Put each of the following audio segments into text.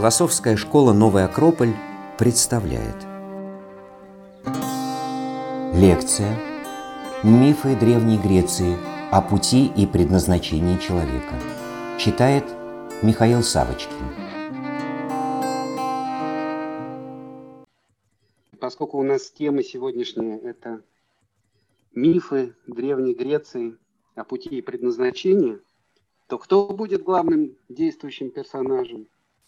Философская школа «Новый Акрополь» представляет лекция «Мифы Древней Греции о пути и предназначении человека». Читает Михаил Савочкин. Поскольку у нас тема сегодняшняя – это мифы Древней Греции о пути и предназначении, то кто будет главным действующим персонажем?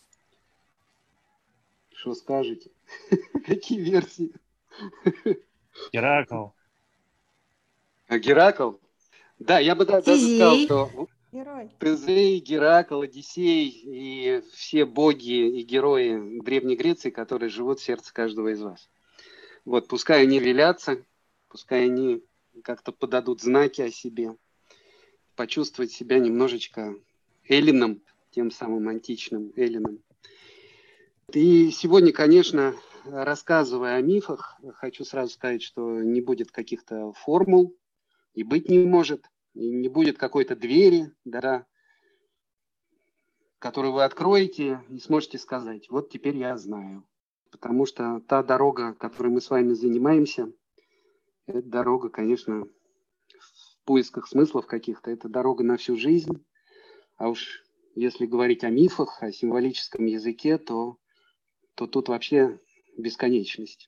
Что скажете? Какие версии? Геракл. А Геракл? Да, я бы даже сказал, что Тезей, Геракл, Одиссей и все боги и герои Древней Греции, которые живут в сердце каждого из вас. Вот, пускай они велятся, пускай они как-то подадут знаки о себе, почувствовать себя немножечко эллином, тем самым античным эллином. И сегодня, конечно, рассказывая о мифах, хочу сразу сказать, что не будет каких-то формул, и быть не может, и не будет какой-то двери, да, которую вы откроете и сможете сказать: вот теперь я знаю. Потому что та дорога, которой мы с вами занимаемся, это дорога, конечно, в поисках смыслов каких-то, это дорога на всю жизнь. А уж если говорить о мифах, о символическом языке, то тут вообще бесконечность.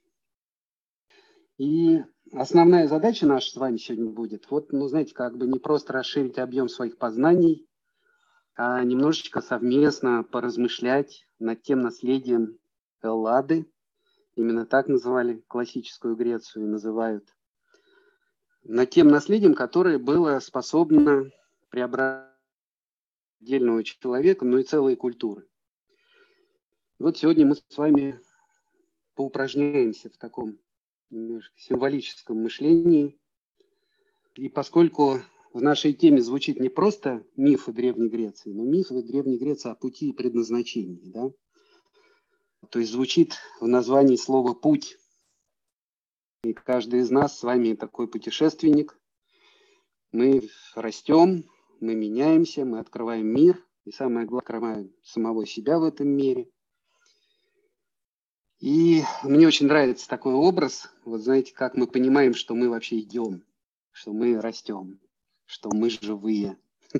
И основная задача наша с вами сегодня будет, вот, знаете, как бы не просто расширить объем своих познаний, а немножечко совместно поразмышлять над тем наследием Эллады, именно так называли классическую Грецию и называют, над тем наследием, которое было способно преобразовать отдельного человека, но и целые культуры. Вот сегодня мы с вами поупражняемся в таком символическом мышлении. И поскольку в нашей теме звучит не просто мифы Древней Греции, но мифы Древней Греции о пути и предназначении, да? То есть звучит в названии слово «путь». И каждый из нас с вами такой путешественник. Мы растем, мы меняемся, мы открываем мир. И самое главное, открываем самого себя в этом мире. И мне очень нравится такой образ. Вот знаете, как мы понимаем, что мы вообще идем, что мы растем, что мы живые.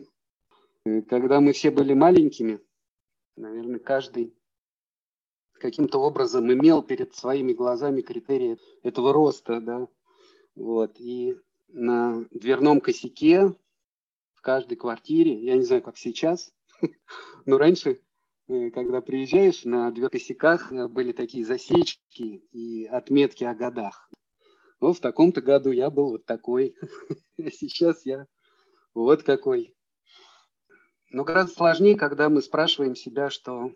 Когда мы все были маленькими, наверное, каждый каким-то образом имел перед своими глазами критерии этого роста, да. Вот. И на дверном косяке в каждой квартире, я не знаю, как сейчас, но раньше, когда приезжаешь, на дверных косяках были такие засечки и отметки о годах. Вот в таком-то году я был вот такой, а сейчас я вот какой. Но гораздо сложнее, когда мы спрашиваем себя, что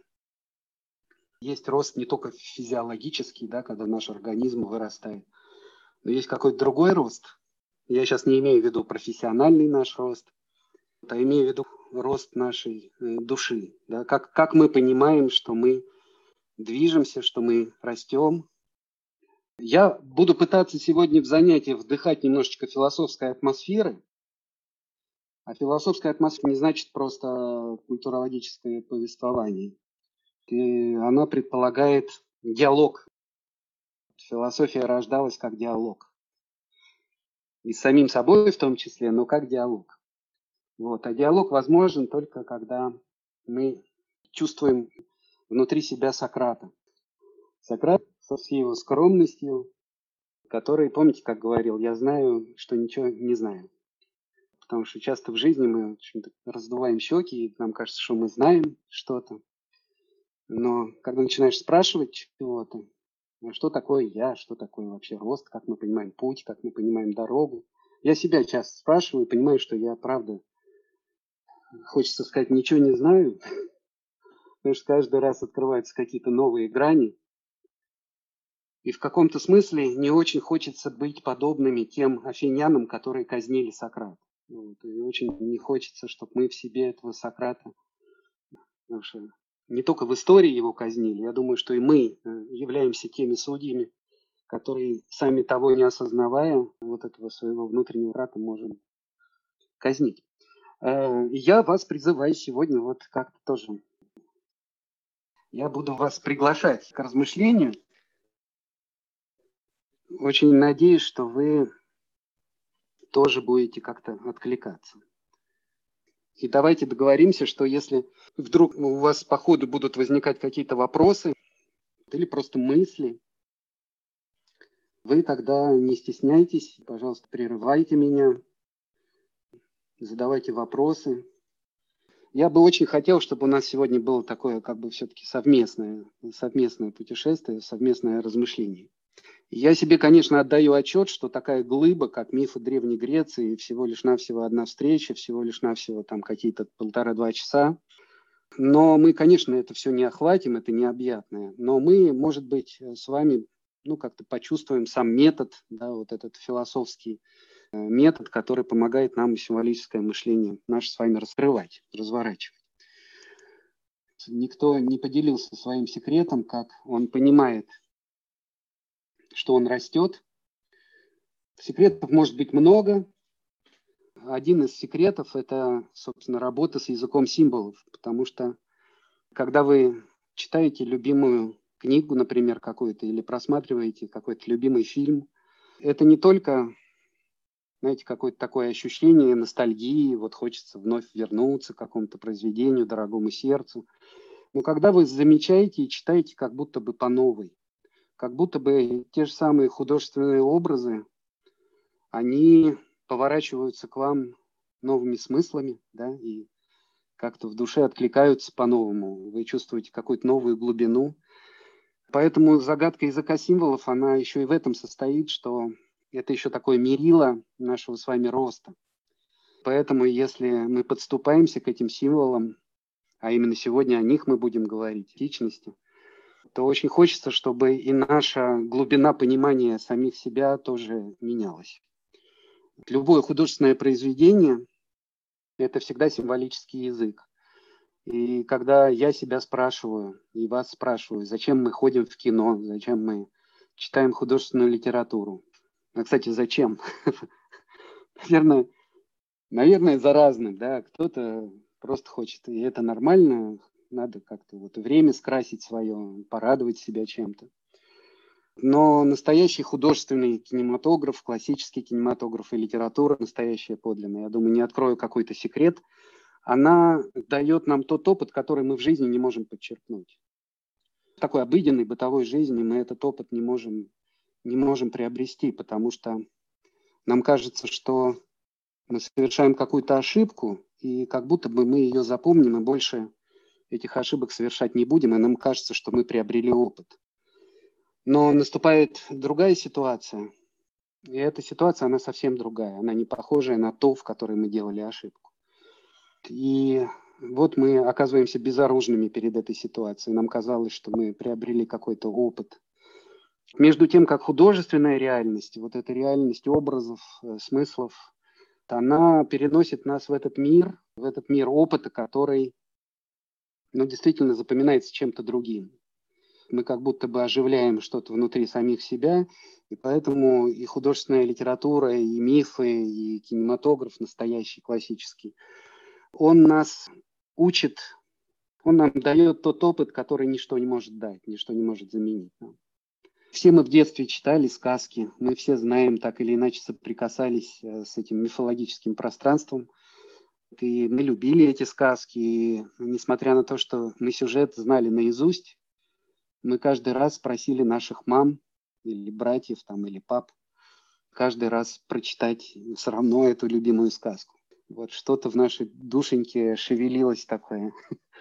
есть рост не только физиологический, да, когда наш организм вырастает, но есть какой-то другой рост. Я сейчас не имею в виду профессиональный наш рост, а имею в виду рост нашей души. Да? Как мы понимаем, что мы движемся, что мы растем. Я буду пытаться сегодня в занятии вдыхать немножечко философской атмосферы. А философская атмосфера не значит просто культурологическое повествование. И она предполагает диалог. Философия рождалась как диалог. И с самим собой в том числе, но как диалог. Вот. А диалог возможен только когда мы чувствуем внутри себя Сократа. Сократ со всей его скромностью, который, помните, как говорил: я знаю, что ничего не знаю. Потому что часто в жизни мы раздуваем щеки, и нам кажется, что мы знаем что-то. Но когда начинаешь спрашивать чего-то, что такое я, что такое вообще рост, как мы понимаем путь, как мы понимаем дорогу. Я себя часто спрашиваю и понимаю, что я, правда, хочется сказать, ничего не знаю, потому что каждый раз открываются какие-то новые грани. И в каком-то смысле не очень хочется быть подобными тем афинянам, которые казнили Сократа. Вот. И очень не хочется, чтобы мы в себе этого Сократа, потому что не только в истории его казнили, я думаю, что и мы являемся теми судьями, которые, сами того не осознавая, вот этого своего внутреннего брата можем казнить. Я вас призываю сегодня вот как-то тоже Я буду вас приглашать к размышлению. Очень надеюсь, что вы тоже будете как-то откликаться. И давайте договоримся, что если вдруг у вас по ходу будут возникать какие-то вопросы или просто мысли, вы тогда не стесняйтесь, пожалуйста, прерывайте меня, задавайте вопросы. Я бы очень хотел, чтобы у нас сегодня было такое как бы все-таки совместное путешествие, совместное размышление. Я себе, конечно, отдаю отчет, что такая глыба, как мифы Древней Греции, всего лишь навсего одна встреча, всего лишь навсего там какие-то 1,5-2 часа. Но мы, конечно, это все не охватим, это необъятное. Но мы, может быть, с вами как-то почувствуем сам метод, да, вот этот философский метод, который помогает нам символическое мышление наше с вами раскрывать, разворачивать. Никто не поделился своим секретом, как он понимает, что он растет. Секретов может быть много. Один из секретов – это, собственно, работа с языком символов, потому что, когда вы читаете любимую книгу, например, какую-то, или просматриваете какой-то любимый фильм, это не только, знаете, какое-то такое ощущение ностальгии, вот хочется вновь вернуться к какому-то произведению, дорогому сердцу. Но когда вы замечаете и читаете как будто бы по новой, как будто бы те же самые художественные образы, они поворачиваются к вам новыми смыслами, да, и как-то в душе откликаются по-новому. Вы чувствуете какую-то новую глубину. Поэтому загадка языка символов, она еще и в этом состоит, что это еще такое мерило нашего с вами роста. Поэтому, если мы подступаемся к этим символам, а именно сегодня о них мы будем говорить, личности, то очень хочется, чтобы и наша глубина понимания самих себя тоже менялась. Любое художественное произведение – это всегда символический язык. И когда я себя спрашиваю, и вас спрашиваю, зачем мы ходим в кино, зачем мы читаем художественную литературу. Кстати, зачем? Наверное, за разным, да. Кто-то просто хочет, и это нормально. Надо как-то вот время скрасить свое, порадовать себя чем-то. Но настоящий художественный кинематограф, классический кинематограф и литература, настоящая подлинная, я думаю, не открою какой-то секрет, она дает нам тот опыт, который мы в жизни не можем подчеркнуть. В такой обыденной бытовой жизни мы этот опыт не можем приобрести, потому что нам кажется, что мы совершаем какую-то ошибку, и как будто бы мы ее запомним, и больше этих ошибок совершать не будем, и нам кажется, что мы приобрели опыт. Но наступает другая ситуация, и эта ситуация, она совсем другая, она не похожая на ту, в которой мы делали ошибку. И вот мы оказываемся безоружными перед этой ситуацией. Нам казалось, что мы приобрели какой-то опыт. Между тем, как художественная реальность, вот эта реальность образов, смыслов, она переносит нас в этот мир опыта, который, действительно запоминается чем-то другим. Мы как будто бы оживляем что-то внутри самих себя, и поэтому и художественная литература, и мифы, и кинематограф настоящий, классический, он нас учит, он нам дает тот опыт, который ничто не может дать, ничто не может заменить. Все мы в детстве читали сказки, мы все знаем, так или иначе соприкасались с этим мифологическим пространством, и мы любили эти сказки, и несмотря на то, что мы сюжет знали наизусть, мы каждый раз просили наших мам или братьев там, или пап каждый раз прочитать все равно эту любимую сказку. Вот что-то в нашей душеньке шевелилось такое.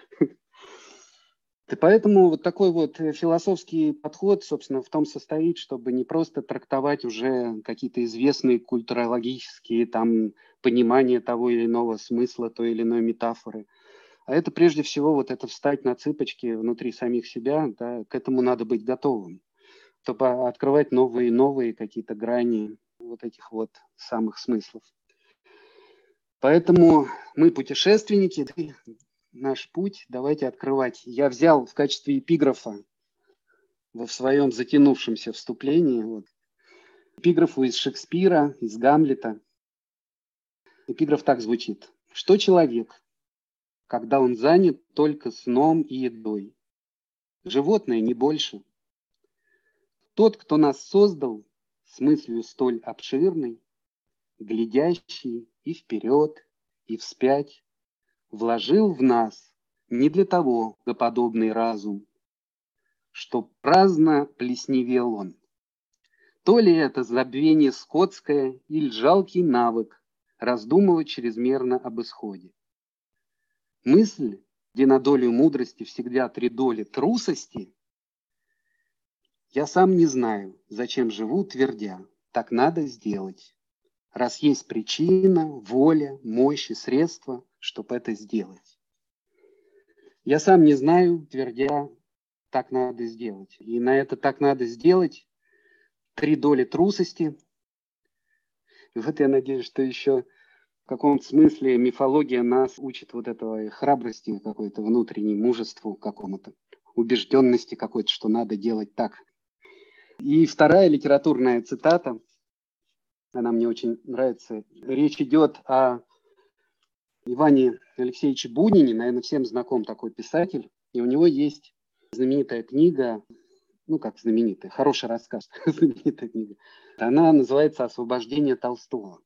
И поэтому вот такой вот философский подход, собственно, в том состоит, чтобы не просто трактовать уже какие-то известные культурологические там понимания того или иного смысла, той или иной метафоры, а это прежде всего вот это встать на цыпочки внутри самих себя, да, к этому надо быть готовым, чтобы открывать новые и новые какие-то грани вот этих вот самых смыслов. Поэтому мы путешественники, наш путь давайте открывать. Я взял в качестве эпиграфа в своем затянувшемся вступлении эпиграфу из Шекспира, из Гамлета. Эпиграф так звучит. Что человек, когда он занят только сном и едой? животное не больше. Тот, кто нас создал с мыслью столь обширной, глядящий и вперед, и вспять, вложил в нас не для того подобный разум, что праздно плесневел он. То ли это забвение скотское или жалкий навык раздумывать чрезмерно об исходе. Мысль, где на долю мудрости всегда 3 доли трусости, я сам не знаю, зачем живу, твердя, так надо сделать, раз есть причина, воля, мощь и средства, чтобы это сделать. Я сам не знаю, твердя, так надо сделать. И на это так надо сделать 3 доли трусости. И вот я надеюсь, что еще в каком-то смысле мифология нас учит вот этого храбрости, какой-то внутренней мужеству какому-то, убежденности какой-то, что надо делать так. И вторая литературная цитата, она мне очень нравится. Речь идет о Иване Алексеевиче Бунине, наверное, всем знаком такой писатель. И у него есть знаменитая книга, ну как знаменитая, хороший рассказ, знаменитая книга. Она называется «Освобождение Толстого».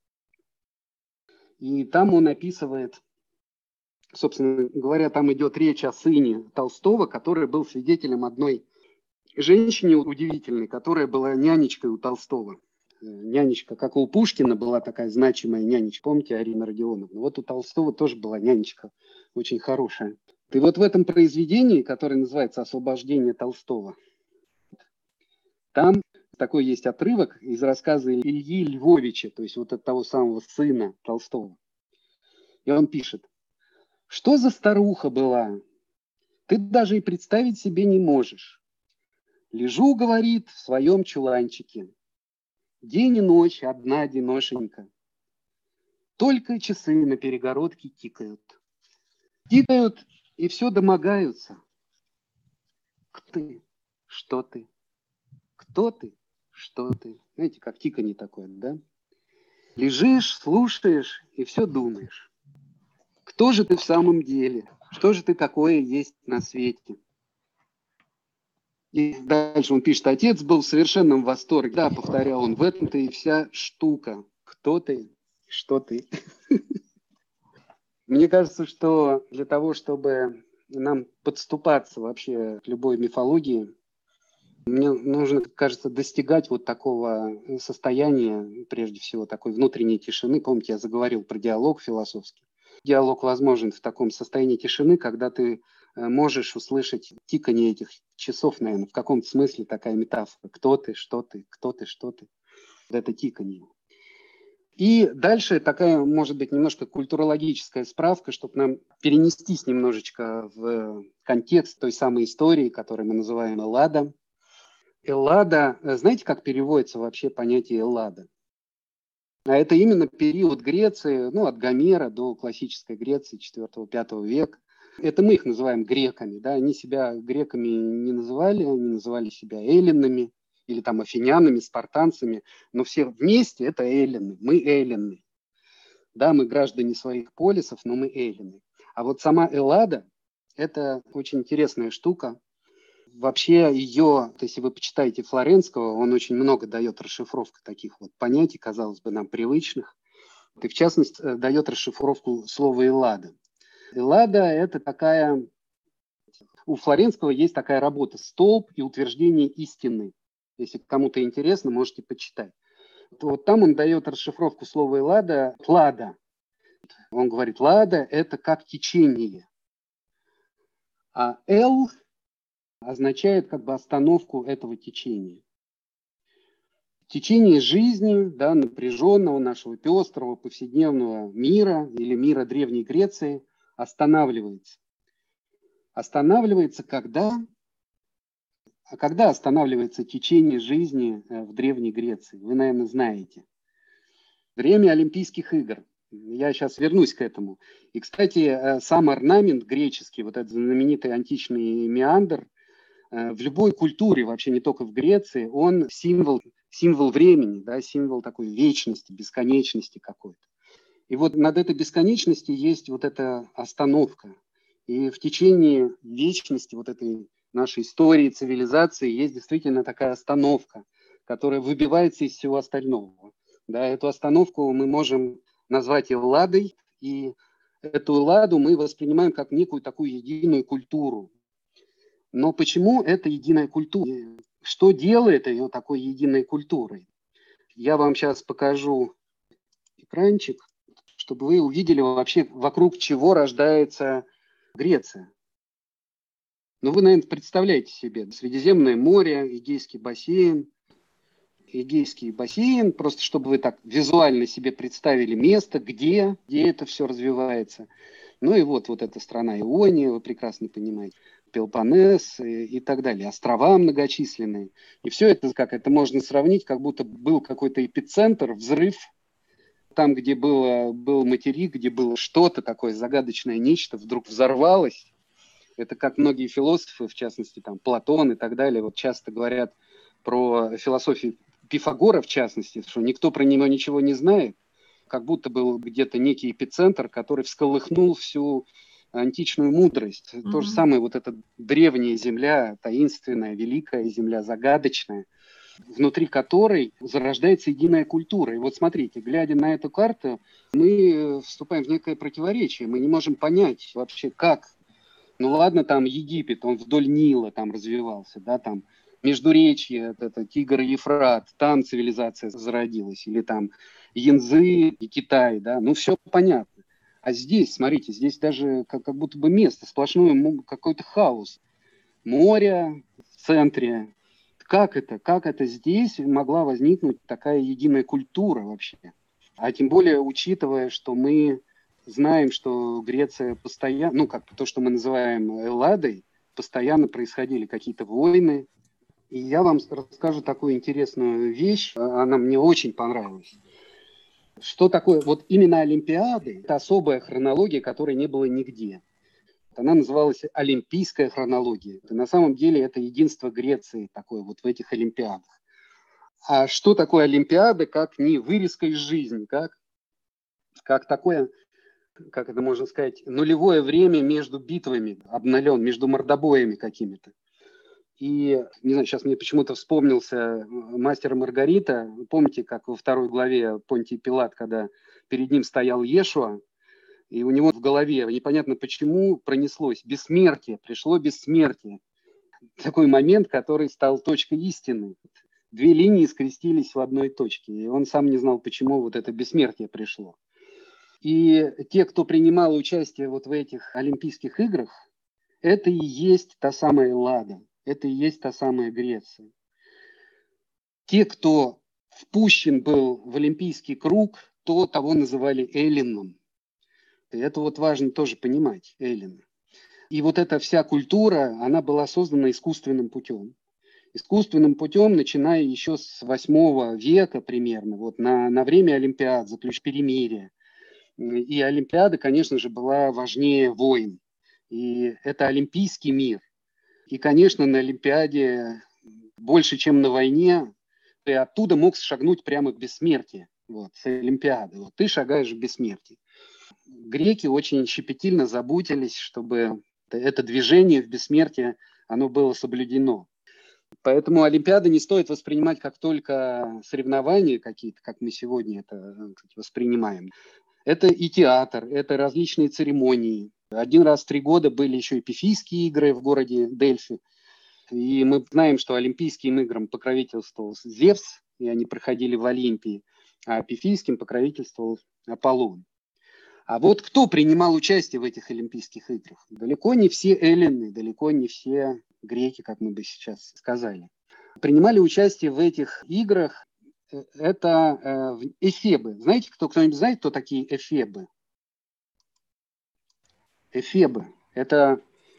И там он описывает, собственно говоря, там идет речь о сыне Толстого, который был свидетелем одной женщине удивительной, которая была нянечкой у Толстого. Нянечка, как у Пушкина была такая значимая нянечка, помните, Арина Родионовна? Вот у Толстого тоже была нянечка, очень хорошая. И вот в этом произведении, которое называется «Освобождение Толстого», там такой есть отрывок из рассказа Ильи Львовича, то есть вот от того самого сына Толстого. И он пишет: «Что за старуха была? Ты даже и представить себе не можешь. Лежу, говорит, в своем чуланчике. День и ночь одна-одинешенька. Только часы на перегородке тикают. Тикают и все домогаются. Кто ты? Что ты? Кто ты? Что ты?» Знаете, как тиканье такое, да? Лежишь, слушаешь и все думаешь. Кто же ты в самом деле? Что же ты такое есть на свете? И дальше он пишет: отец был в совершенном восторге. Да, повторял он, в этом-то и вся штука. Кто ты? Что ты? Мне кажется, что для того, чтобы нам подступаться вообще к любой мифологии, мне нужно, кажется, достигать вот такого состояния, прежде всего, такой внутренней тишины. Помните, я заговорил про диалог философский. Диалог возможен в таком состоянии тишины, когда ты можешь услышать тиканье этих часов, наверное, в каком-то смысле такая метафора. Кто ты, что ты, кто ты, что ты. Вот это тиканье. И дальше такая, может быть, немножко культурологическая справка, чтобы нам перенестись немножечко в контекст той самой истории, которую мы называем Эллада. Эллада, знаете, как переводится вообще понятие Эллада? А это именно период Греции, ну, от Гомера до классической Греции 4-5 века. Это мы их называем греками, да, они себя греками не называли, они называли себя эллинами или там афинянами, спартанцами, но все вместе это эллины, мы эллины. Да, мы граждане своих полисов, но мы эллины. А вот сама Эллада – это очень интересная штука. Вообще ее, если вы почитаете Флоренского, он очень много дает расшифровку таких вот понятий, казалось бы, нам привычных. И в частности дает расшифровку слова «Эллада». Эллада – это такая… У Флоренского есть такая работа «Столб и утверждение истины». Если кому-то интересно, можете почитать. Вот там он дает расшифровку слова «Эллада» – «лада». Он говорит, «лада» – это как течение. А «эл» означает как бы остановку этого течения. Течение жизни, да, напряженного нашего пестрого повседневного мира или мира Древней Греции останавливается. Останавливается когда? А когда останавливается течение жизни в Древней Греции? Вы, наверное, знаете. Время Олимпийских игр. Я сейчас вернусь к этому. И, кстати, сам орнамент греческий, вот этот знаменитый античный меандр, в любой культуре, вообще не только в Греции, он символ времени, да, символ такой вечности, бесконечности какой-то. И вот над этой бесконечностью есть вот эта остановка. И в течение вечности, вот этой нашей истории, цивилизации есть действительно такая остановка, которая выбивается из всего остального. Да, эту остановку мы можем назвать Элладой, и эту Элладу мы воспринимаем как некую такую единую культуру. Но почему это единая культура? Что делает ее такой единой культурой? Я вам сейчас покажу экранчик, чтобы вы увидели вообще, вокруг чего рождается Греция. Ну, вы, наверное, представляете себе Средиземное море, Эгейский бассейн, просто чтобы вы так визуально себе представили место, где это все развивается. Ну и вот эта страна Иония, вы прекрасно понимаете, Пелопоннес и так далее, острова многочисленные. И все это, как это можно сравнить, как будто был какой-то эпицентр, взрыв, там, где был материк, где было что-то такое загадочное, нечто, вдруг взорвалось. Это как многие философы, в частности, там, Платон и так далее, вот часто говорят про философию Пифагора, в частности, что никто про него ничего не знает, как будто был где-то некий эпицентр, который всколыхнул всю античную мудрость. То же самое вот эта древняя земля, таинственная, великая земля, загадочная, внутри которой зарождается единая культура. И вот смотрите, глядя на эту карту, мы вступаем в некое противоречие. Мы не можем понять вообще, как. Ну ладно, там Египет, он вдоль Нила там развивался, да, там Междуречье, это Тигр и Ефрат, там цивилизация зародилась, или там Янзы и Китай, да, ну все понятно. А здесь, смотрите, здесь даже как будто бы место, сплошной какой-то хаос. Море в центре. Как это здесь могла возникнуть такая единая культура вообще? А тем более, учитывая, что мы знаем, что Греция постоянно, ну, как то, что мы называем Элладой, постоянно происходили какие-то войны. И я вам расскажу такую интересную вещь, она мне очень понравилась. Что такое, вот именно Олимпиады, это особая хронология, которой не было нигде. Она называлась олимпийская хронология. И на самом деле это единство Греции такое вот в этих Олимпиадах. А что такое Олимпиады, как не вырезка из жизни, как такое, как это можно сказать, нулевое время между битвами, между мордобоями какими-то. И, не знаю, сейчас мне почему-то вспомнился «Мастер и Маргарита». Помните, как во второй главе Понтий Пилат, когда перед ним стоял Иешуа, и у него в голове, непонятно почему, пронеслось бессмертие, пришло бессмертие. Такой момент, который стал точкой истины. Две линии скрестились в одной точке, и он сам не знал, почему вот это бессмертие пришло. И те, кто принимал участие вот в этих Олимпийских играх, это и есть та самая Эллада, это и есть та самая Греция. Те, кто впущен был в Олимпийский круг, того называли эллином. И это вот важно тоже понимать, эллины. И вот эта вся культура, она была создана искусственным путем. Искусственным путем, начиная еще с 8 века примерно, вот на время Олимпиад, перемирие. И Олимпиада, конечно же, была важнее войн. И это олимпийский мир. И, конечно, на Олимпиаде больше, чем на войне, ты оттуда мог шагнуть прямо к бессмертию. Вот, с Олимпиады. Вот ты шагаешь в бессмертие. Греки очень щепетильно заботились, чтобы это движение в бессмертие, оно было соблюдено. Поэтому Олимпиады не стоит воспринимать как только соревнования какие-то, как мы сегодня это воспринимаем. Это и театр, это различные церемонии. Один раз в 3 года были еще и Пифийские игры в городе Дельфи. И мы знаем, что Олимпийским играм покровительствовал Зевс, и они проходили в Олимпии, а Пифийским покровительствовал Аполлон. А вот кто принимал участие в этих Олимпийских играх? Далеко не все эллины, далеко не все греки, как мы бы сейчас сказали. Принимали участие в этих играх это эфебы. Знаете, кто-нибудь знает, кто такие эфебы? Эфебы – это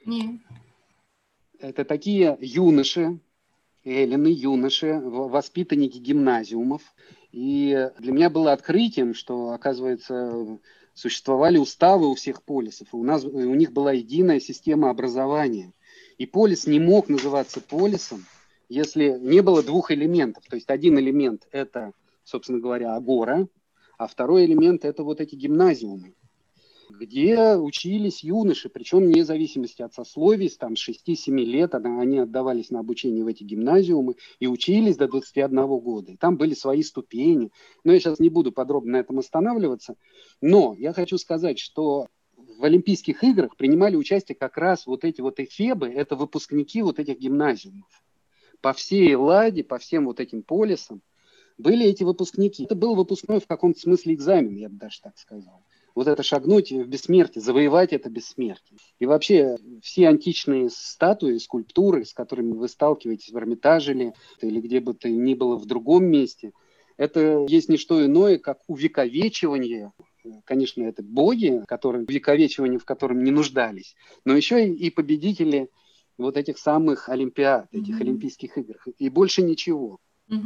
такие юноши, эллины, юноши, воспитанники гимназиумов. И для меня было открытием, что, оказывается, существовали уставы у всех полисов. У них была единая система образования. И полис не мог называться полисом, если не было 2 элементов. То есть один элемент – это, собственно говоря, агора, а второй элемент – это вот эти гимназиумы. где учились юноши, причем вне зависимости от сословий, там, с 6-7 лет они отдавались на обучение в эти гимназиумы и учились до 21 года. И там были свои ступени. Но я сейчас не буду подробно на этом останавливаться. Но я хочу сказать, что в Олимпийских играх принимали участие как раз вот эти вот эфебы, это выпускники вот этих гимназиумов. По всей Элладе, по всем вот этим полисам были эти выпускники. Это был выпускной в каком-то смысле экзамен, я бы даже так сказал. Вот это шагнуть в бессмертие, завоевать это бессмертие. И вообще все античные статуи, скульптуры, с которыми вы сталкиваетесь в Эрмитаже или где бы то ни было в другом месте, это есть не что иное, как увековечивание. Конечно, это боги, увековечивание в котором не нуждались, но еще и победители вот этих самых олимпиад, этих Олимпийских игр. И больше ничего.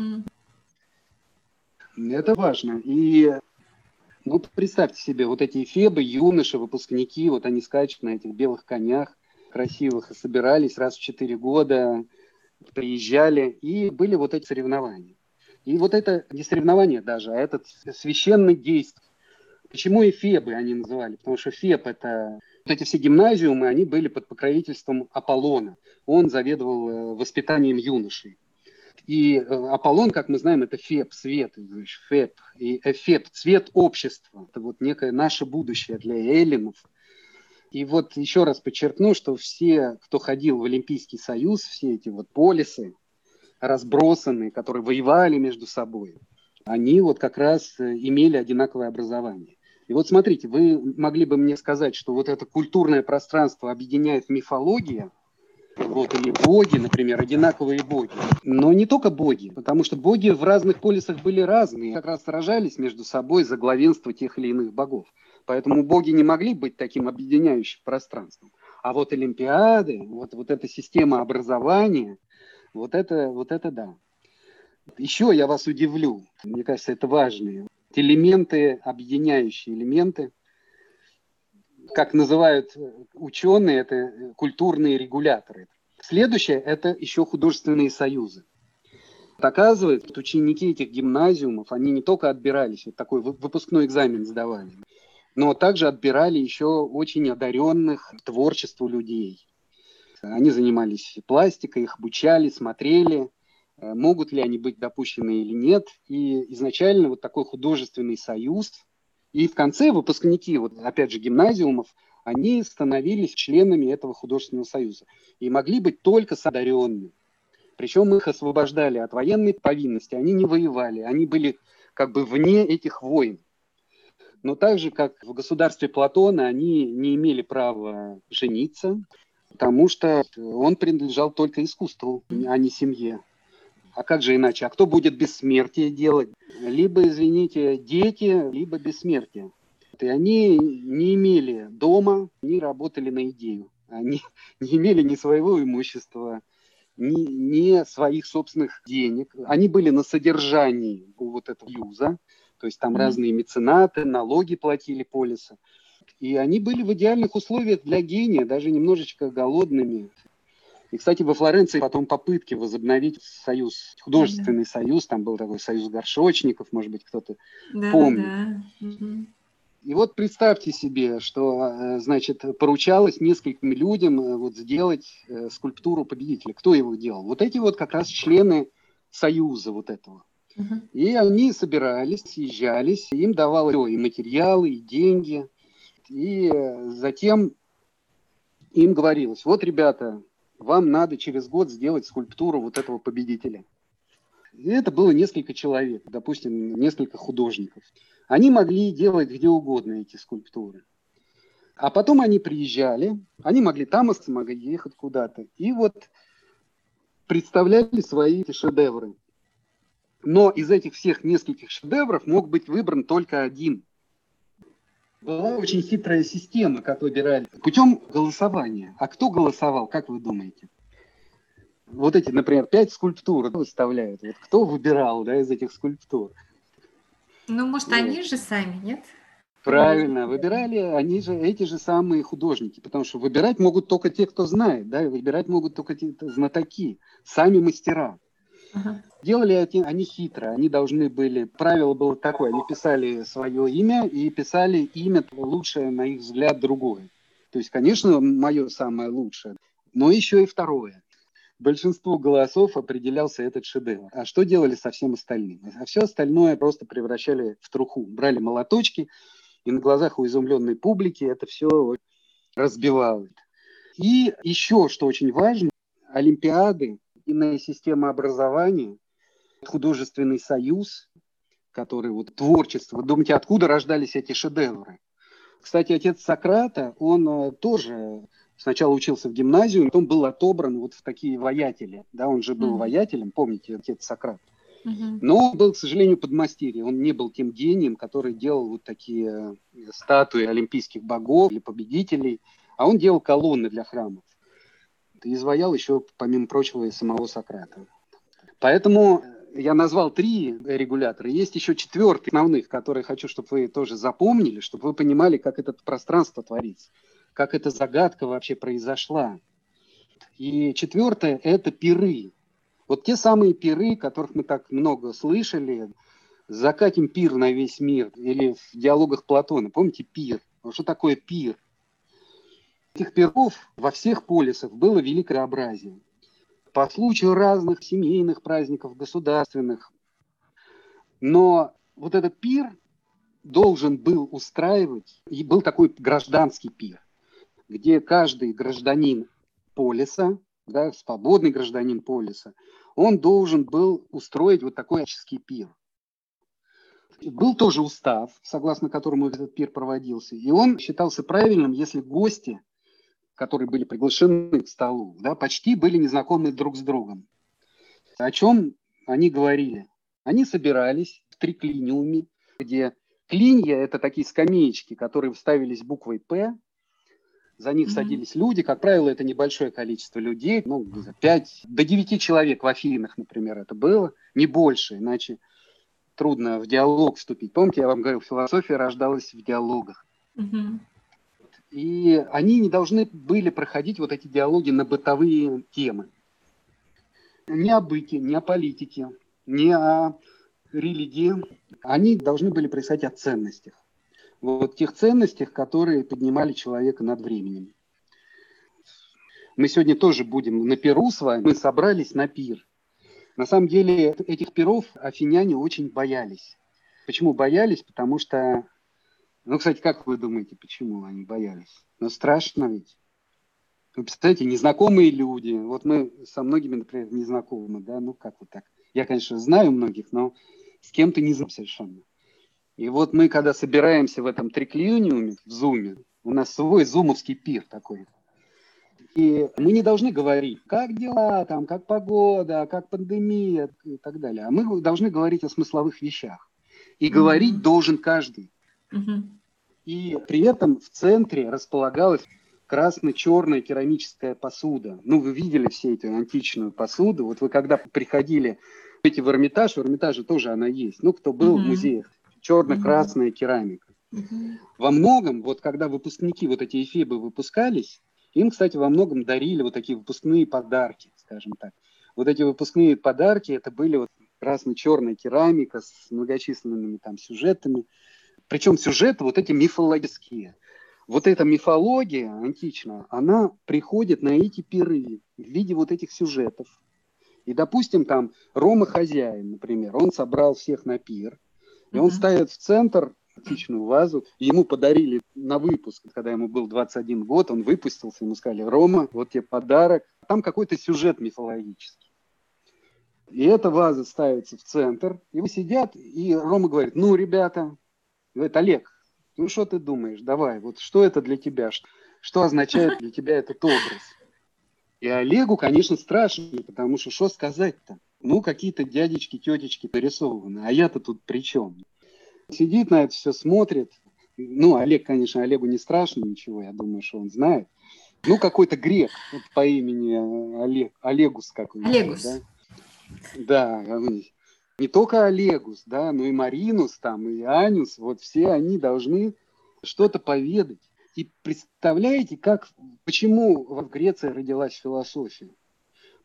Это важно. И представьте себе, вот эти эфебы, юноши, выпускники, вот они скачут на этих белых конях красивых и собирались раз в 4 года, приезжали, и были вот эти соревнования. И вот это не соревнование даже, а этот священный действие. Почему эфебы они называли? Потому что Феб – это вот эти все гимназиумы, они были под покровительством Аполлона. Он заведовал воспитанием юношей. И Аполлон, как мы знаем, это Феб, свет, Феб, и Эфеб, цвет общества. Это вот некое наше будущее для эллинов. И вот еще раз подчеркну, что все, кто ходил в Олимпийский союз, все эти вот полисы разбросанные, которые воевали между собой, они вот как раз имели одинаковое образование. И вот смотрите, вы могли бы мне сказать, что вот это культурное пространство объединяет мифология, вот, или боги, например, одинаковые боги. Но не только боги, потому что боги в разных полисах были разные, как раз сражались между собой за главенство тех или иных богов. Поэтому боги не могли быть таким объединяющим пространством. А вот Олимпиады, вот эта система образования, вот это да. Еще я вас удивлю, мне кажется, это важные элементы, объединяющие элементы, как называют ученые, это культурные регуляторы. Следующее – это еще художественные союзы. Оказывается, ученики этих гимназиумов, они не только отбирались, вот такой выпускной экзамен сдавали, но также отбирали еще очень одаренных творчеству людей. Они занимались пластикой, их обучали, смотрели, могут ли они быть допущены или нет. И изначально вот такой художественный союз. И в конце выпускники, вот опять же, гимназиумов, они становились членами этого художественного союза. И могли быть только одаренными. Причем их освобождали от военной повинности. Они не воевали, они были как бы вне этих войн. Но так же, как в государстве Платона, они не имели права жениться, потому что он принадлежал только искусству, а не семье. А как же иначе? А кто будет бессмертие делать? Либо, извините, дети, либо бессмертие. И они не имели дома, они работали на идею. Они не имели ни своего имущества, ни своих собственных денег. Они были на содержании у вот этого союза. То есть там разные меценаты, налоги платили полиса. И они были в идеальных условиях для гения, даже немножечко голодными. И, кстати, во Флоренции потом попытки возобновить союз, художественный союз, там был такой союз горшочников, может быть, кто-то помнит. И вот представьте себе, что, значит, поручалось нескольким людям вот сделать скульптуру победителя. Кто его делал? Вот эти вот как раз члены союза вот этого. И они собирались, съезжались, им давалось и материалы, и деньги. И затем им говорилось: вот, ребята, вам надо через год сделать скульптуру вот этого победителя. И это было несколько человек, допустим, несколько художников. Они могли делать где угодно эти скульптуры. А потом они приезжали, они могли там остаться, могли ехать куда-то. И вот представляли свои шедевры. Но из этих всех нескольких шедевров мог быть выбран только один. Была очень хитрая система, как выбирали. Путем голосования. А кто голосовал, как вы думаете? Вот эти, например, 5 скульптур выставляют. Вот кто выбирал, да, из этих скульптур? Ну, может, они же сами, нет? Правильно, выбирали они же, эти же самые художники, потому что выбирать могут только те, кто знает, да, и выбирать могут только те, кто знатоки, сами мастера. Ага. Делали они хитро, они должны были, правило было такое, они писали свое имя и писали имя лучшее, на их взгляд, другое. То есть, конечно, мое самое лучшее, но еще и второе. Большинству голосов определялся этот шедевр. А что делали со всем остальным? А все остальное просто превращали в труху. Брали молоточки, и на глазах у изумленной публики это все разбивалось. И еще, что очень важно, олимпиады, иная система образования, художественный союз, который вот творчество. Думаете, откуда рождались эти шедевры? Кстати, отец Сократа, он тоже сначала учился в гимназию, потом был отобран вот в такие воятели. Да, он же был воятелем, помните, отец Сократ. Но он был, к сожалению, подмастерье. Он не был тем гением, который делал вот такие статуи олимпийских богов или победителей, а он делал колонны для храмов. И изваял еще, помимо прочего, и самого Сократа. Поэтому я назвал 3 регулятора. Есть еще 4 основных, которые хочу, чтобы вы тоже запомнили, чтобы вы понимали, как это пространство творится, как эта загадка вообще произошла. И 4 – это пиры. Вот те самые пиры, которых мы так много слышали, закатим пир на весь мир, или в диалогах Платона. Помните пир? Что такое пир? Этих пиров во всех полисах было великое разнообразие. По случаю разных семейных праздников, государственных. Но вот этот пир должен был устраивать, и был такой гражданский пир, где каждый гражданин полиса, да, свободный гражданин полиса, он должен был устроить вот такой отческий пир. Был тоже устав, согласно которому этот пир проводился, и он считался правильным, если гости, которые были приглашены к столу, да, почти были незнакомы друг с другом. О чем они говорили? Они собирались в триклиниуме, где клинья – это такие скамеечки, которые ставились буквой «П», за них садились люди, как правило, это небольшое количество людей, 5 до 9 человек в Афинах, например, это было, не больше, иначе трудно в диалог вступить. Помните, я вам говорил, философия рождалась в диалогах. И они не должны были проходить вот эти диалоги на бытовые темы. Не о быте, не о политике, не о религии. Они должны были происходить о ценностях. Вот тех ценностях, которые поднимали человека над временем. Мы сегодня тоже будем на пиру с вами. Мы собрались на пир. На самом деле этих пиров афиняне очень боялись. Почему боялись? Потому что, кстати, как вы думаете, почему они боялись? Страшно ведь. Вы представляете, незнакомые люди. Вот мы со многими, например, не знакомы, да, как вот так. Я, конечно, знаю многих, но с кем-то не знаю совершенно. И вот мы, когда собираемся в этом триклиниуме, в зуме, у нас свой зумовский пир такой. И мы не должны говорить, как дела, там, как погода, как пандемия и так далее. А мы должны говорить о смысловых вещах. И говорить должен каждый. И при этом в центре располагалась красно-черная керамическая посуда. Вы видели все эту античную посуду. Вот вы когда приходили в Эрмитаж, в Эрмитаже тоже она есть. Кто был в музеях. Черно-красная керамика. Во многом, вот когда выпускники, вот эти эфебы выпускались, им, кстати, во многом дарили вот такие выпускные подарки, скажем так. Вот эти выпускные подарки, это были вот красно-черная керамика с многочисленными там сюжетами. Причем сюжеты вот эти мифологические. Вот эта мифология античная, она приходит на эти пиры в виде вот этих сюжетов. И, допустим, там Рома хозяин, например, он собрал всех на пир, и он ставит в центр античную вазу. Ему подарили на выпуск, когда ему был 21 год, он выпустился, ему сказали: Рома, вот тебе подарок. Там какой-то сюжет мифологический. И эта ваза ставится в центр, и вы сидят, и Рома говорит: ребята, говорит: Олег, что ты думаешь, давай, вот что это для тебя, что означает для тебя этот образ? И Олегу, конечно, страшно, потому что сказать-то? Какие-то дядечки, тетечки нарисованы, а я-то тут при чем? Сидит на это все, смотрит. Олег, конечно, Олегу не страшно ничего, я думаю, что он знает. Какой-то грек по имени Олегус какой-то. Олегус. Да, не только Олегус, да, но и Маринус там, и Аниус, вот все они должны что-то поведать. И представляете, почему в Греции родилась философия?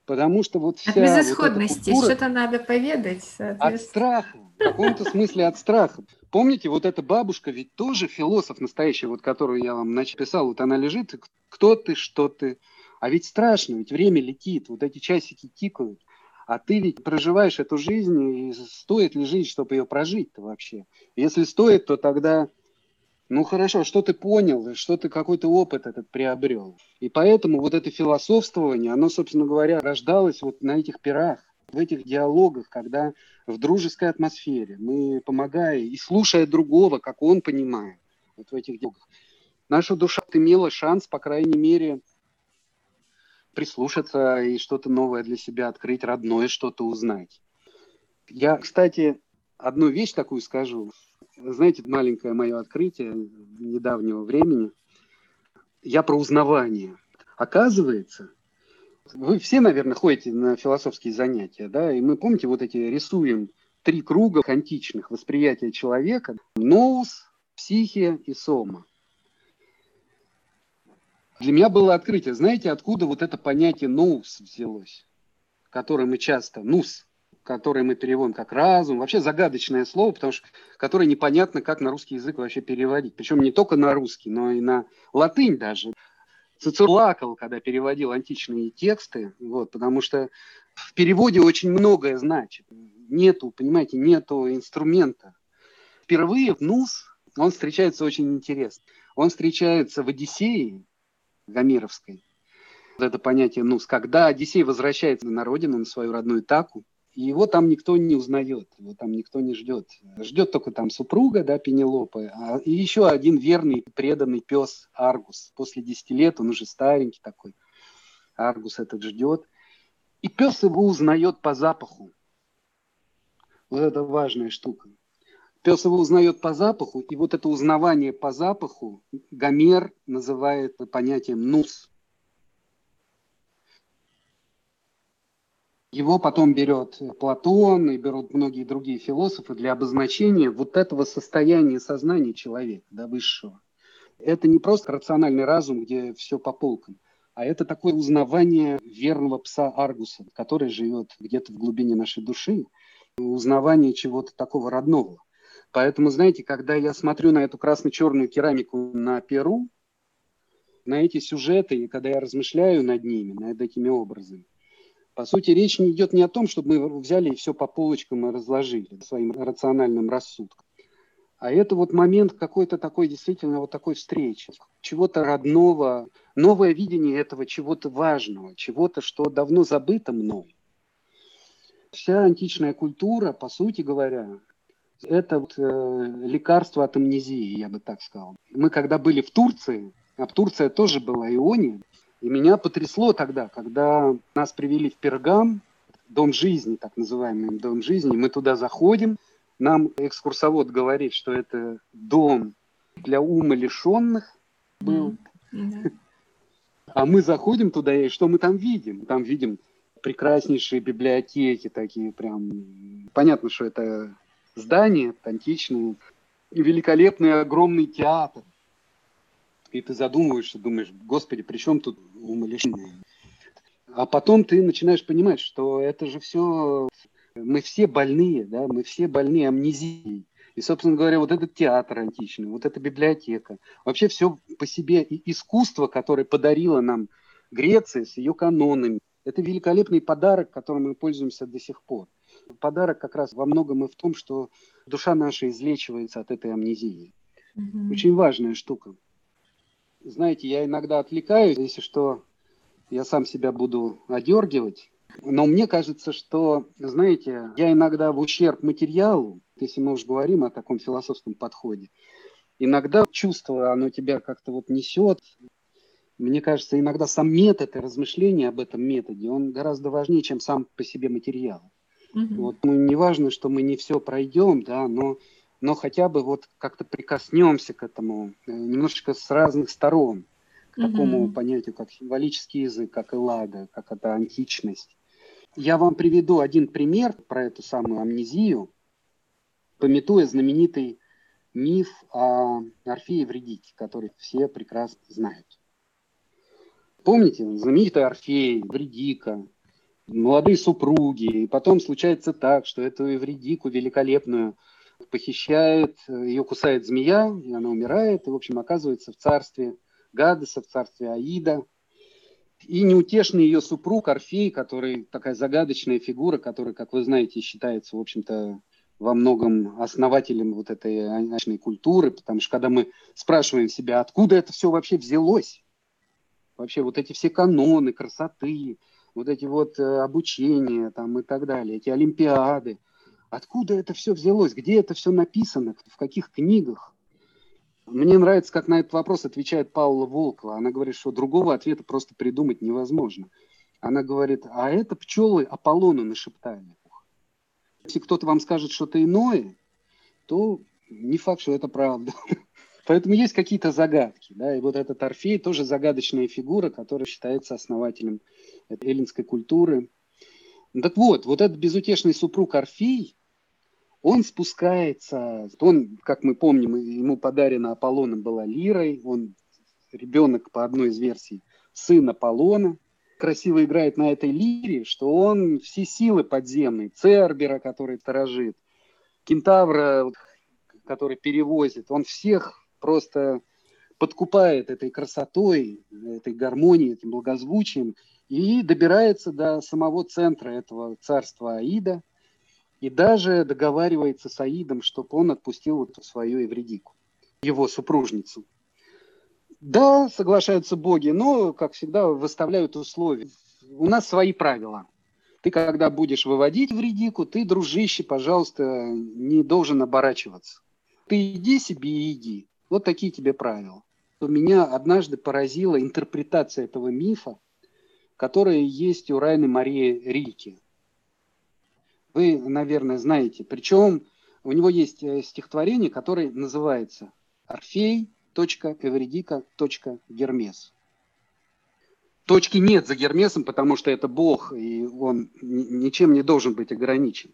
Потому что вот От вся вот эта безысходности культура что-то надо поведать, от соответственно. страха, в каком-то смысле от страха. Помните, вот эта бабушка ведь тоже философ настоящий, вот которую я вам написал, вот она лежит, кто ты, что ты. А ведь страшно, ведь время летит, вот эти часики тикают. А ты ведь проживаешь эту жизнь, и стоит ли жить, чтобы ее прожить-то вообще? Если стоит, то тогда, ну хорошо, что ты понял, что ты какой-то опыт этот приобрел. И поэтому вот это философствование, оно, собственно говоря, рождалось вот на этих пирах, в этих диалогах, когда в дружеской атмосфере мы, помогая и слушая другого, как он понимает, вот в этих диалогах, наша душа имела шанс, по крайней мере, прислушаться и что-то новое для себя открыть, родное что-то узнать. Я, кстати, одну вещь такую скажу. Знаете, маленькое мое открытие недавнего времени. Я про узнавание. Оказывается, вы все, наверное, ходите на философские занятия, да, и мы, помните, вот эти рисуем 3 круга античных восприятия человека. Ноус, психия и сома. Для меня было открытие. Знаете, откуда вот это понятие ноус взялось? Которое мы часто, нус, которое мы переводим как разум, вообще загадочное слово, потому что которое непонятно, как на русский язык вообще переводить. Причем не только на русский, но и на латынь даже. Цицерон плакал, когда переводил античные тексты, вот, потому что в переводе очень многое значит. Нету, понимаете, нету инструмента. Впервые нус, он встречается очень интересно. Он встречается в Одиссее Гомеровской. Вот это понятие нус, когда Одиссей возвращается на родину, на свою родную Итаку, и его там никто не узнает, его там никто не ждет. Ждет только там супруга, да, Пенелопы, и еще один верный, преданный пес Аргус. После 10 лет, он уже старенький такой, Аргус этот ждет. И пес его узнает по запаху. Вот это важная штука. Пес его узнает по запаху, и вот это узнавание по запаху Гомер называет понятием нус. Его потом берет Платон и берут многие другие философы для обозначения вот этого состояния сознания человека, да, высшего. Это не просто рациональный разум, где все по полкам, а это такое узнавание верного пса Аргуса, который живет где-то в глубине нашей души, узнавание чего-то такого родного. Поэтому, знаете, когда я смотрю на эту красно-черную керамику на Перу, на эти сюжеты, и когда я размышляю над ними, над этими образами, по сути, речь не идет не о том, чтобы мы взяли и все по полочкам и разложили своим рациональным рассудком. А это вот момент какой-то такой, действительно, вот такой встречи, чего-то родного, новое видение этого чего-то важного, чего-то, что давно забыто мной. Вся античная культура, по сути говоря, это вот, лекарство от амнезии, я бы так сказал. Мы когда были в Турции, а Турция тоже была Иония, и меня потрясло тогда, когда нас привели в Пергам, дом жизни, так называемый дом жизни, мы туда заходим, нам экскурсовод говорит, что это дом для умалишенных был, Да. а мы заходим туда, и что мы там видим? Там видим прекраснейшие библиотеки такие прям. Понятно, что это здание античное, великолепный огромный театр. И ты задумываешься, думаешь, господи, при чем тут умалишенные? А потом ты начинаешь понимать, что это же все, мы все больные, да, мы все больные амнезией. И, собственно говоря, вот этот театр античный, вот эта библиотека, вообще все по себе и искусство, которое подарила нам Греция с ее канонами, это великолепный подарок, которым мы пользуемся до сих пор. Подарок как раз во многом и в том, что душа наша излечивается от этой амнезии. Очень важная штука. Знаете, я иногда отвлекаюсь, если что, я сам себя буду одергивать. Но мне кажется, что, знаете, я иногда в ущерб материалу, если мы уж говорим о таком философском подходе, иногда чувство, оно тебя как-то вот несет. Мне кажется, иногда сам метод и размышления об этом методе, он гораздо важнее, чем сам по себе материал. Вот, ну, не важно, что мы не все пройдем, да, но хотя бы вот как-то прикоснемся к этому немножечко с разных сторон, к такому понятию, как символический язык, как эллада, как это античность. Я вам приведу один пример про эту самую амнезию, памятуя знаменитый миф о Орфее и Евридике, который все прекрасно знают. Помните, знаменитый Орфей, Евридика, молодые супруги. И потом случается так, что эту Эвридику великолепную похищает, ее кусает змея, и она умирает, и, в общем, оказывается в царстве Гадеса, в царстве Аида. И неутешный ее супруг Орфей, который такая загадочная фигура, который, как вы знаете, считается, в общем-то, во многом основателем вот этой античной культуры, потому что когда мы спрашиваем себя, откуда это все вообще взялось, вообще вот эти все каноны красоты, вот эти вот обучения там и так далее, эти олимпиады, откуда это все взялось, где это все написано, в каких книгах? Мне нравится, как на этот вопрос отвечает Паула Волкова. Она говорит, что другого ответа просто придумать невозможно. Она говорит, а это пчелы Аполлону нашептали. Если кто-то вам скажет что-то иное, то не факт, что это правда. Поэтому есть какие-то загадки. Да? И вот этот Орфей тоже загадочная фигура, которая считается основателем этой эллинской культуры. Так вот, вот этот безутешный супруг Орфей, он спускается, он, как мы помним, ему подарена Аполлоном была лирой, он ребенок, по одной из версий, сын Аполлона, красиво играет на этой лире, что он все силы подземные, Цербера, который сторожит, Кентавра, который перевозит, он всех просто подкупает этой красотой, этой гармонией, этим благозвучием и добирается до самого центра этого царства Аида и даже договаривается с Аидом, чтобы он отпустил вот свою Эвридику, его супружницу. Да, соглашаются боги, но, как всегда, выставляют условия. У нас свои правила. Ты, когда будешь выводить Эвридику, ты, дружище, пожалуйста, не должен оборачиваться. Ты иди себе и иди. Вот такие тебе правила. Меня однажды поразила интерпретация этого мифа, которая есть у Райны Марии Рильке. Вы, наверное, знаете. Причем у него есть стихотворение, которое называется «Орфей. Эвридика. Гермес». Точки нет за Гермесом, потому что это бог, и он ничем не должен быть ограничен.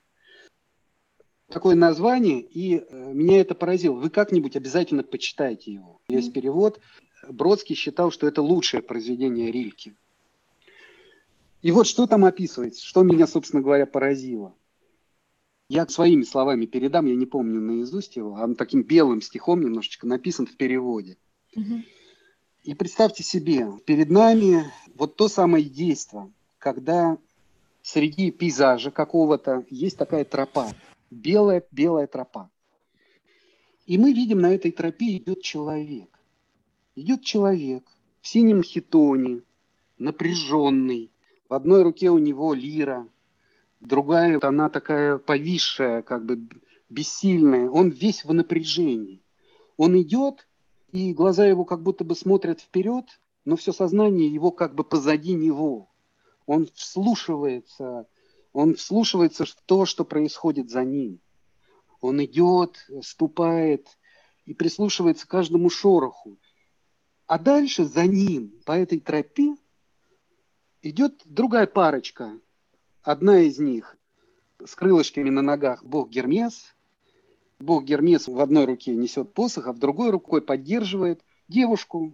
Такое название, и меня это поразило. Вы как-нибудь обязательно почитайте его. Есть перевод. Бродский считал, что это лучшее произведение Рильки. И вот что там описывается, что меня, собственно говоря, поразило. Я своими словами передам, я не помню наизусть его, он таким белым стихом немножечко написан в переводе. И представьте себе, перед нами вот то самое действо, когда среди пейзажа какого-то есть такая тропа, белая тропа. И мы видим, на этой тропе идет человек. Идет человек в синем хитоне, напряженный. В одной руке у него лира, другая, она такая повисшая, как бы бессильная. Он весь в напряжении. Он идет, и глаза его как будто бы смотрят вперед, но все сознание его как бы позади него. Он вслушивается в то, что происходит за ним. Он идет, ступает и прислушивается к каждому шороху. А дальше за ним, по этой тропе, идет другая парочка. Одна из них с крылышками на ногах бог Гермес. Бог Гермес в одной руке несет посох, а в другой рукой поддерживает девушку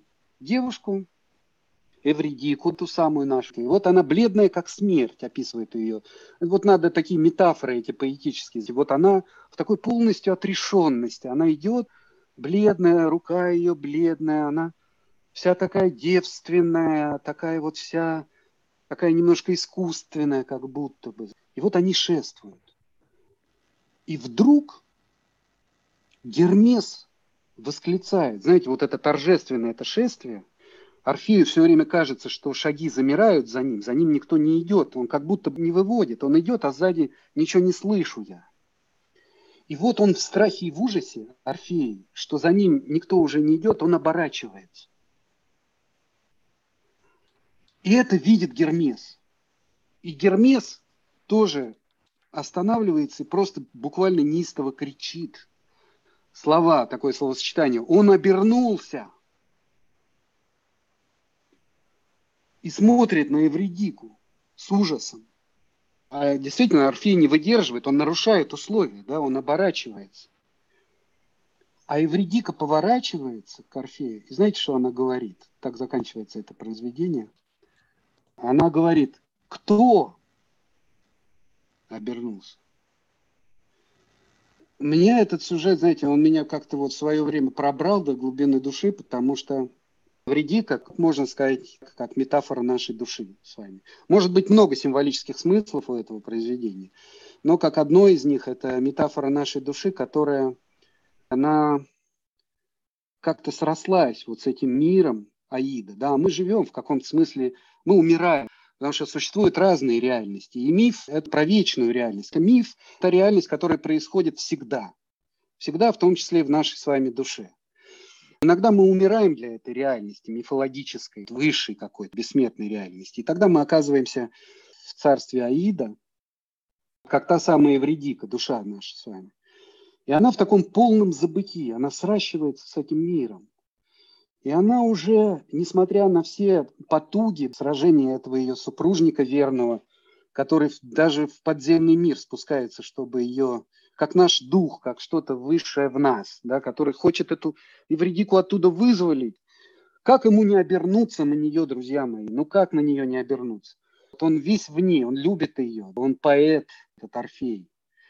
Эвридику, ту самую нашу. И вот она бледная, как смерть, описывает ее. Вот надо такие метафоры эти поэтические. Вот она в такой полностью отрешенности. Она идет, бледная, рука ее бледная, она вся такая девственная, такая вот вся, такая немножко искусственная, как будто бы. И вот они шествуют. И вдруг Гермес восклицает, знаете, вот это торжественное это шествие, Орфею все время кажется, что шаги замирают за ним никто не идет, он как будто не выводит, он идет, а сзади ничего не слышу я. И вот он в страхе и в ужасе, Орфей, что за ним никто уже не идет, он оборачивается. И это видит Гермес. И Гермес тоже останавливается и просто буквально неистово кричит. Слова, такое словосочетание. Он обернулся и смотрит на Эвридику с ужасом. А действительно, Орфей не выдерживает, он нарушает условия, да, он оборачивается. А Эвридика поворачивается к Орфею. И знаете, что она говорит? Так заканчивается это произведение. Она говорит: кто обернулся. Меня этот сюжет, знаете, он меня как-то вот в свое время пробрал до глубины души, потому что Эвридика, можно сказать, как метафора нашей души с вами. Может быть, много символических смыслов у этого произведения, но как одно из них, это метафора нашей души, которая, она как-то срослась вот с этим миром Аида. Да, мы живем в каком-то смысле, мы умираем, потому что существуют разные реальности. И миф – это про вечную реальность. Миф – это реальность, которая происходит всегда. Всегда, в том числе и в нашей с вами душе. Иногда мы умираем для этой реальности, мифологической, высшей какой-то, бессмертной реальности. И тогда мы оказываемся в царстве Аида, как та самая Эвридика, душа наша с вами. И она в таком полном забытии, она сращивается с этим миром. И она уже, несмотря на все потуги, сражения этого ее супружника верного, который даже в подземный мир спускается, чтобы ее, как наш дух, как что-то высшее в нас, да, который хочет эту Эвридику оттуда вызволить. Как ему не обернуться на нее, друзья мои? Ну как на нее не обернуться? Вот он весь в ней, он любит ее, он поэт, этот Орфей.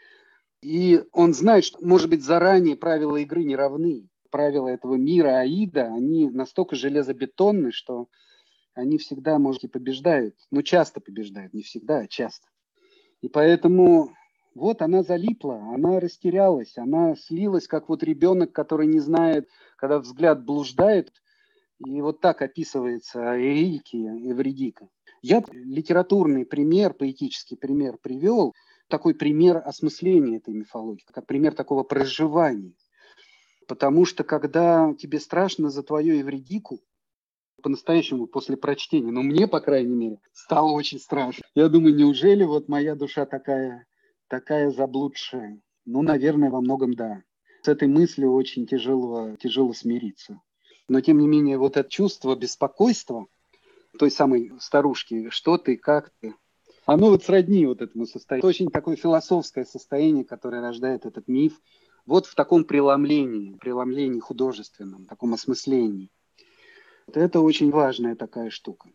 И он знает, что, может быть, заранее правила игры не равны. Правила этого мира Аида, они настолько железобетонны, что они всегда, может, и побеждают. Ну, часто побеждают, не всегда, а часто. И поэтому вот она залипла, она растерялась, она слилась, как вот ребенок, который не знает, когда взгляд блуждает. И вот так описывается Эвридика. Я литературный пример, поэтический пример привел, такой пример осмысления этой мифологии, как пример такого проживания. Потому что когда тебе страшно за твою Эвридику, по-настоящему после прочтения, ну мне, по крайней мере, стало очень страшно. Я думаю, неужели вот моя душа такая заблудшая? Ну, наверное, во многом да. С этой мыслью очень тяжело смириться. Но, тем не менее, вот это чувство беспокойства той самой старушки, что ты, как ты, оно вот сродни вот этому состоянию. Это очень такое философское состояние, которое рождает этот миф. Вот в таком преломлении художественном, таком осмыслении. Вот это очень важная такая штука.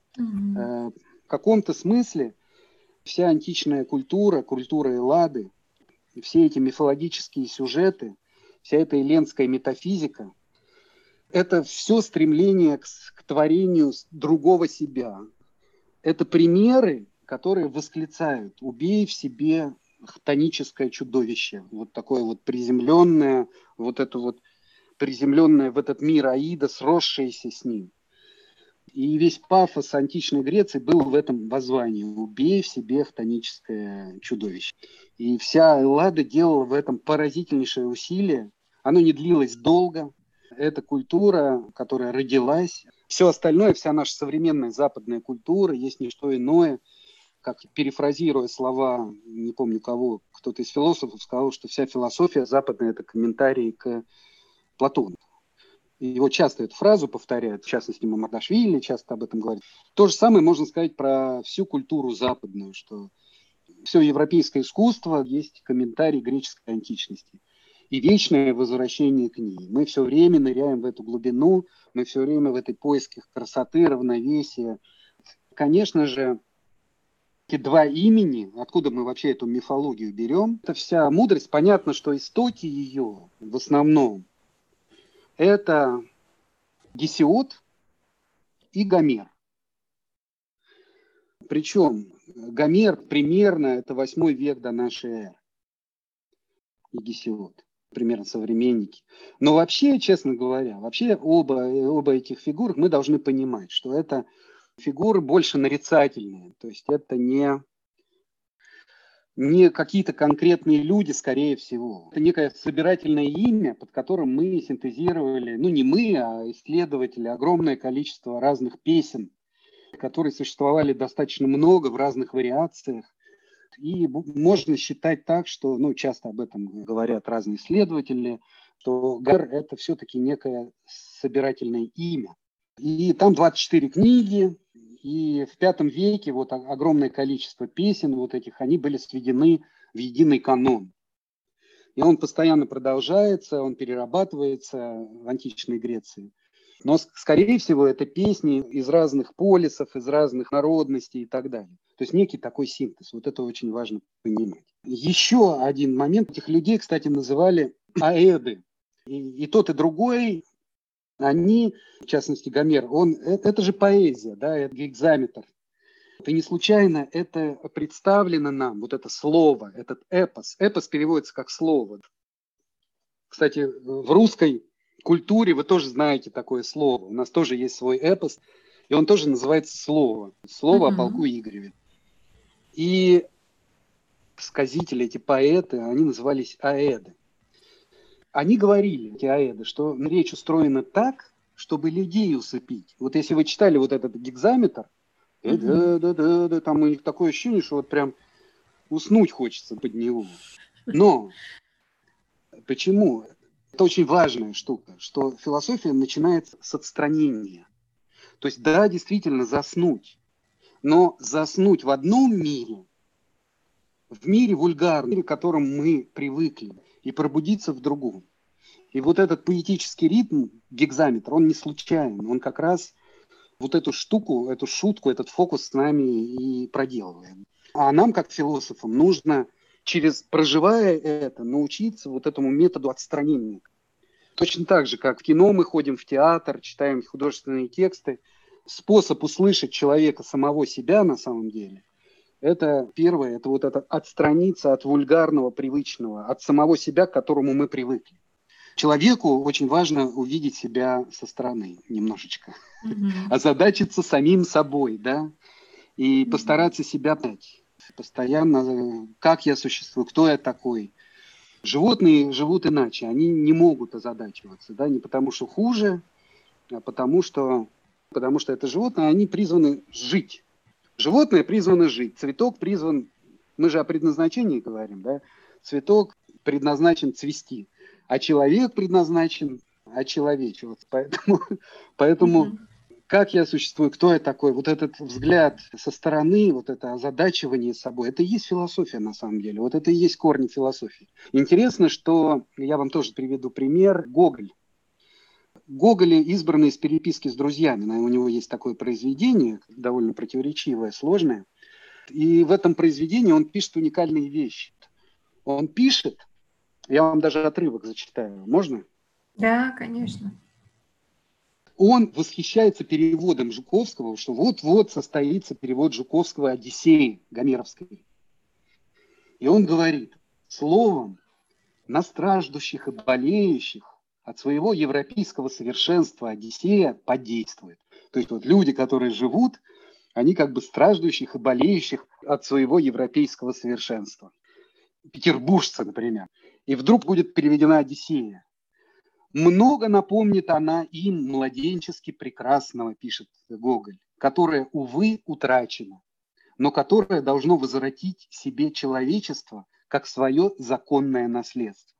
В каком-то смысле вся античная культура Эллады, все эти мифологические сюжеты, вся эта эллинская метафизика, это все стремление к творению другого себя. Это примеры, которые восклицают: убей в себе хтоническое чудовище. Вот такое вот приземленное, приземленное в этот мир Аида, сросшееся с ним. И весь пафос античной Греции был в этом воззвании: убей в себе хтоническое чудовище. И вся Эллада делала в этом поразительнейшее усилие. Оно не длилось долго. Это культура, которая родилась. Все остальное, вся наша современная западная культура есть не что иное, как, перефразируя слова, не помню кого, кто-то из философов сказал, что вся философия западная – это комментарий к Платону. Его часто эту фразу повторяют, в частности, Мамардашвили часто об этом говорит. То же самое можно сказать про всю культуру западную, что все европейское искусство есть комментарий греческой античности. И вечное возвращение к ней. Мы все время ныряем в эту глубину, мы все время в этой поиске красоты, равновесия. Конечно же, эти два имени, откуда мы вообще эту мифологию берем, это вся мудрость. Понятно, что истоки ее в основном это Гесиод и Гомер. Причем Гомер примерно это 8 век до нашей эры. И Гесиод примерно современники. Но вообще, честно говоря, оба этих фигуры мы должны понимать, что это фигуры больше нарицательные. То есть это не какие-то конкретные люди, скорее всего. Это некое собирательное имя, под которым мы синтезировали, ну не мы, а исследователи, огромное количество разных песен, которые существовали достаточно много в разных вариациях. И можно считать так, что, ну, часто об этом говорят разные исследователи, что Гомер – это все-таки некое собирательное имя. И там 24 книги, и в V веке вот огромное количество песен вот этих, они были сведены в единый канон. И он постоянно продолжается, он перерабатывается в античной Греции. Но, скорее всего, это песни из разных полисов, из разных народностей и так далее. То есть некий такой синтез. Вот это очень важно понимать. Еще один момент. Этих людей, кстати, называли аэды. И тот, и другой, они, в частности, Гомер, это же поэзия, да, это гекзаметр. И не случайно это представлено нам, вот это слово, этот эпос. Эпос переводится как слово. Кстати, в русской культуре вы тоже знаете такое слово. У нас тоже есть свой эпос, и он тоже называется слово. Слово о полку Игореве. И сказители, эти поэты, они назывались аэды. Они говорили, эти аэды, что речь устроена так, чтобы людей усыпить. Вот если вы читали вот этот гекзаметр, там у них такое ощущение, что вот прям уснуть хочется под него. Но почему? Это очень важная штука, что философия начинается с отстранения. То есть, да, действительно, заснуть. Но заснуть в одном мире, в мире вульгарном, в мире, к которому мы привыкли, и пробудиться в другом. И вот этот поэтический ритм, гекзаметр, он не случайен. Он как раз вот эту штуку, эту шутку, этот фокус с нами и проделывает. А нам, как философам, нужно, проживая это, научиться вот этому методу отстранения. Точно так же, как в кино мы ходим, в театр, читаем художественные тексты. Способ услышать человека, самого себя на самом деле, это первое, это вот это отстраниться от вульгарного, привычного, от самого себя, к которому мы привыкли. Человеку очень важно увидеть себя со стороны немножечко, озадачиться самим собой, да, и постараться себя понять постоянно, как я существую, кто я такой. Животные живут иначе, они не могут озадачиваться, да, не потому что хуже, а потому что это животные, они призваны жить. Животное призвано жить, цветок призван, мы же о предназначении говорим, да, цветок предназначен цвести, а человек предназначен очеловечиваться. Поэтому как я существую, кто я такой, вот этот взгляд со стороны, вот это озадачивание собой, это и есть философия на самом деле, вот это и есть корни философии. Интересно, что, я вам тоже приведу пример, Гоголь. Гоголь избранный из переписки с друзьями, у него есть такое произведение, довольно противоречивое, сложное, и в этом произведении он пишет уникальные вещи. Он пишет, я вам даже отрывок зачитаю, можно? Да, конечно. Он восхищается переводом Жуковского, что вот-вот состоится перевод Жуковского «Одиссеи» гомеровской. И он говорит, словом на страждущих и болеющих от своего европейского совершенства Одиссея подействует. То есть вот люди, которые живут, они как бы страждущих и болеющих от своего европейского совершенства. Петербуржцы, например. И вдруг будет переведена «Одиссея». Много напомнит она им младенчески прекрасного, пишет Гоголь, которое, увы, утрачено, но которое должно возвратить себе человечество как свое законное наследство.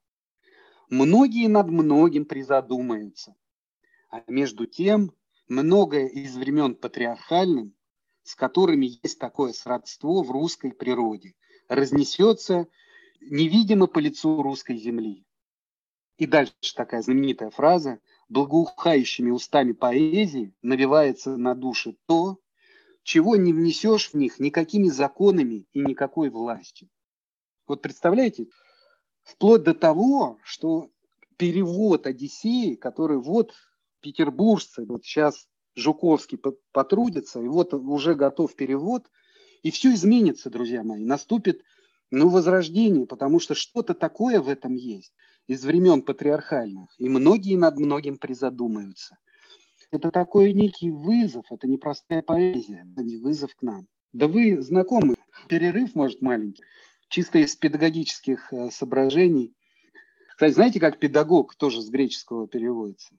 Многие над многим призадумаются, а между тем многое из времен патриархальным, с которыми есть такое сродство в русской природе, разнесется невидимо по лицу русской земли. И дальше такая знаменитая фраза: благоухающими устами поэзии навевается на души то, чего не внесешь в них никакими законами и никакой властью. Вот представляете, вплоть до того, что перевод «Одиссеи», который вот петербуржцы, вот сейчас Жуковский потрудится, и вот уже готов перевод, и все изменится, друзья мои, наступит возрождение, потому что что-то такое в этом есть из времен патриархальных, и многие над многим призадумаются. Это такой некий вызов, это не простая поэзия, это не вызов к нам. Да вы знакомы, перерыв, может, маленький, чисто из педагогических соображений. Кстати, знаете, как педагог тоже с греческого переводится?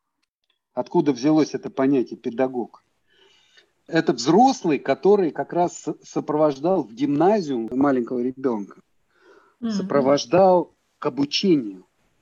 Откуда взялось это понятие педагог? Это взрослый, который как раз сопровождал в гимназию маленького ребенка, сопровождал к обучению.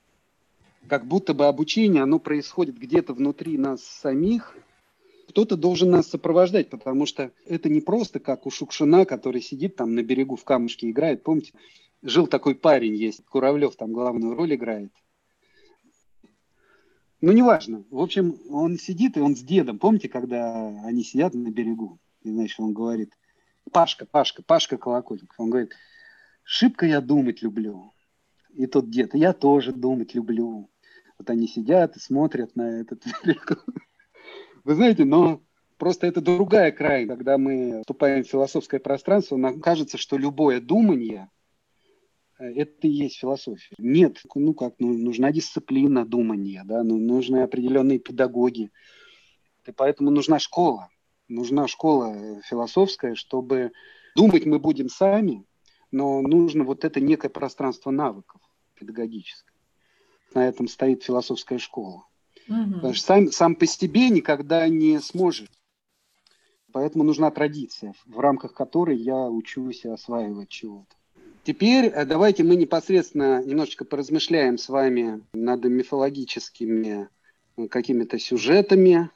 Как будто бы обучение, оно происходит где-то внутри нас самих. Кто-то должен нас сопровождать, потому что это не просто как у Шукшина, который сидит там на берегу в камушке играет. Помните, жил такой парень есть, Куравлев там главную роль играет. Ну, неважно. В общем, он сидит, и он с дедом. Помните, когда они сидят на берегу? И, значит, он говорит, Пашка Колокольников. Он говорит, шибко я думать люблю. И тот дед, я тоже думать люблю. Вот они сидят и смотрят на этот берег. Вы знаете, но просто это другая крайность. Когда мы вступаем в философское пространство, нам кажется, что любое думание это и есть философия. Нет, нужна дисциплина думания, да, нужны определенные педагоги. И поэтому нужна школа. Нужна школа философская, чтобы думать мы будем сами, но нужно вот это некое пространство навыков педагогическое. На этом стоит философская школа. Потому что сам по себе никогда не сможешь. Поэтому нужна традиция, в рамках которой я учусь осваивать чего-то. Теперь давайте мы непосредственно немножечко поразмышляем с вами над мифологическими какими-то сюжетами.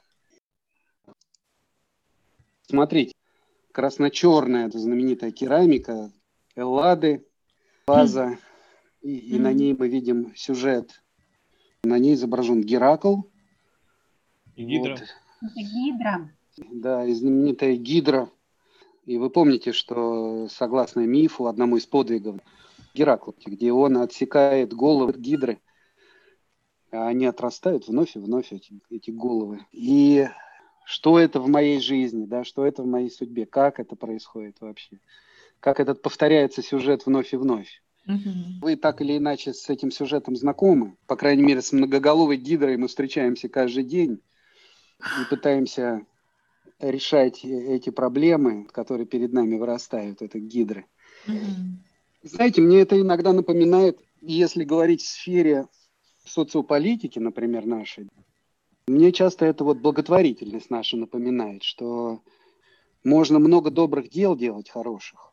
Смотрите, красно-черная, это знаменитая керамика Эллады, ваза, и на ней мы видим сюжет. На ней изображен Геракл. И Гидра. Это Гидра. Да, и знаменитая Гидра. И вы помните, что согласно мифу, одному из подвигов Геракла, где он отсекает головы Гидры, а они отрастают вновь и вновь, эти головы. И что это в моей жизни, да, что это в моей судьбе, как это происходит вообще, как этот повторяется сюжет вновь и вновь. Вы так или иначе с этим сюжетом знакомы, по крайней мере, с многоголовой Гидрой мы встречаемся каждый день и пытаемся решать эти проблемы, которые перед нами вырастают, это гидры. Знаете, мне это иногда напоминает, если говорить в сфере социополитики, например, нашей, мне часто это вот благотворительность наша напоминает, что можно много добрых дел делать, хороших,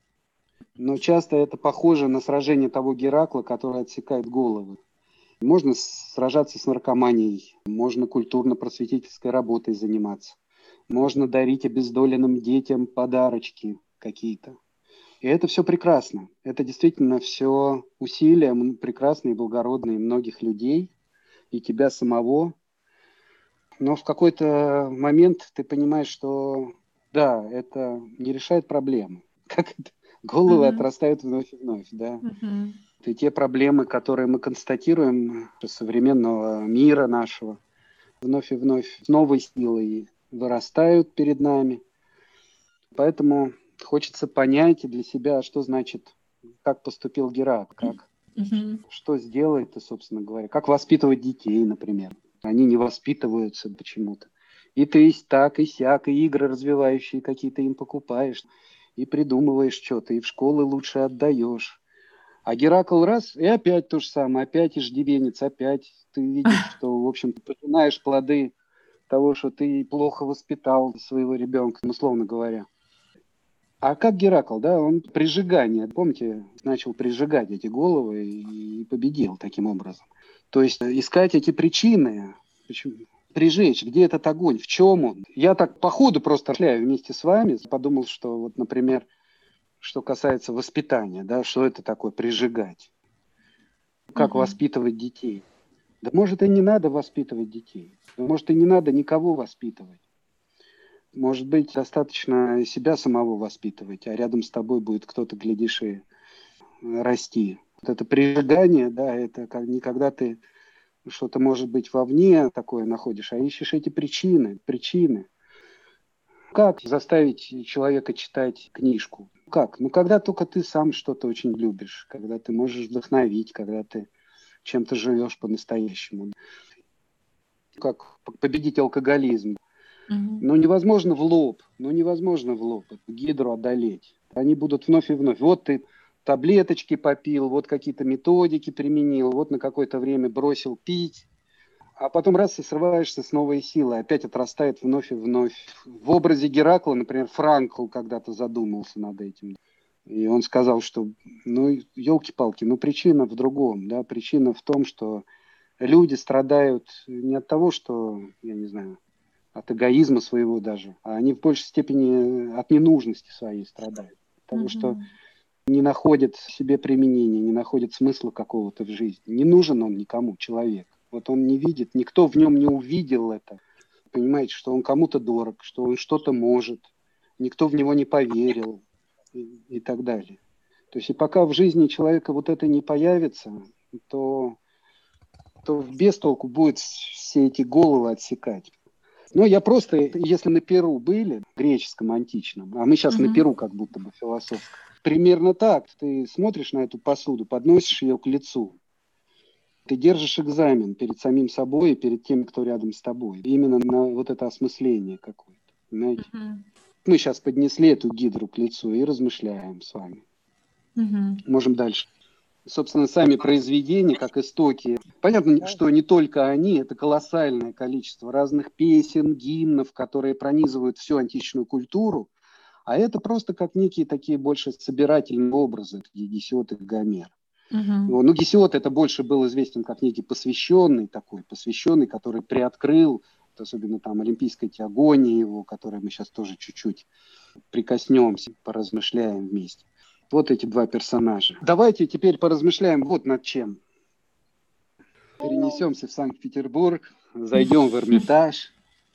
но часто это похоже на сражение того Геракла, который отсекает головы. Можно сражаться с наркоманией, можно культурно-просветительской работой заниматься. Можно дарить обездоленным детям подарочки какие-то. И это все прекрасно. Это действительно все усилия прекрасные и благородные многих людей и тебя самого. Но в какой-то момент ты понимаешь, что да, это не решает проблемы. Как это? Головы отрастают вновь и вновь, да. И те проблемы, которые мы констатируем современного мира нашего, вновь и вновь с новой силой вырастают перед нами. Поэтому хочется понять для себя, что значит, как поступил Геракл, что сделает, собственно говоря, как воспитывать детей, например. Они не воспитываются почему-то. И ты так, и сяк, и игры развивающие какие-то им покупаешь, и придумываешь что-то, и в школы лучше отдаешь. А Геракл раз, и опять то же самое, опять иждивенец, опять ты видишь, что, в общем, ты пожинаешь плоды того, что ты плохо воспитал своего ребенка, условно говоря. А как Геракл, да, он прижигание, помните, начал прижигать эти головы и победил таким образом. То есть искать эти причины, почему? Прижечь, где этот огонь, в чем он. Я так по ходу просто размышляю вместе с вами, подумал, что вот, например, что касается воспитания, да, что это такое прижигать, как воспитывать детей. Да может и не надо воспитывать детей, да, может и не надо никого воспитывать. Может быть, достаточно себя самого воспитывать, а рядом с тобой будет кто-то, глядишь, и расти. Вот это прижигание, да, это как не когда ты что-то, может быть, вовне такое находишь, а ищешь эти причины. Как заставить человека читать книжку? Как? Ну, когда только ты сам что-то очень любишь, когда ты можешь вдохновить, когда ты чем-то живешь по-настоящему. Как победить алкоголизм. Но невозможно в лоб, гидру одолеть. Они будут вновь и вновь. Вот ты таблеточки попил, вот какие-то методики применил, вот на какое-то время бросил пить, а потом раз и срываешься с новой силой, опять отрастает вновь и вновь. В образе Геракла, например, Франкл когда-то задумался над этим. И он сказал, что, ну, елки-палки, ну, причина в другом, да, причина в том, что люди страдают не от того, что, я не знаю, от эгоизма своего даже, а они в большей степени от ненужности своей страдают. Потому что не находят себе применения, не находят смысла какого-то в жизни. Не нужен он никому, человек. Вот он не видит, никто в нем не увидел это. Понимаете, что он кому-то дорог, что он что-то может, никто в него не поверил и так далее. То есть и пока в жизни человека вот это не появится, то без толку будет все эти головы отсекать. Но я просто, если на Перу были, греческом, античном, а мы сейчас на Перу как будто бы философском, примерно так. Ты смотришь на эту посуду, подносишь ее к лицу. Ты держишь экзамен перед самим собой и перед тем, кто рядом с тобой. Именно на вот это осмысление какое-то. Понимаете? Мы сейчас поднесли эту гидру к лицу и размышляем с вами. Можем дальше. Собственно, сами произведения, как истоки. Понятно, что не только они, это колоссальное количество разных песен, гимнов, которые пронизывают всю античную культуру. А это просто как некие такие больше собирательные образы, Гесиод и Гомер. Ну, Гесиод это больше был известен как некий посвященный, который приоткрыл, особенно там Олимпийская теогония его, которой мы сейчас тоже чуть-чуть прикоснемся, поразмышляем вместе. Вот эти два персонажа. Давайте теперь поразмышляем вот над чем. Перенесемся в Санкт-Петербург, зайдем в Эрмитаж.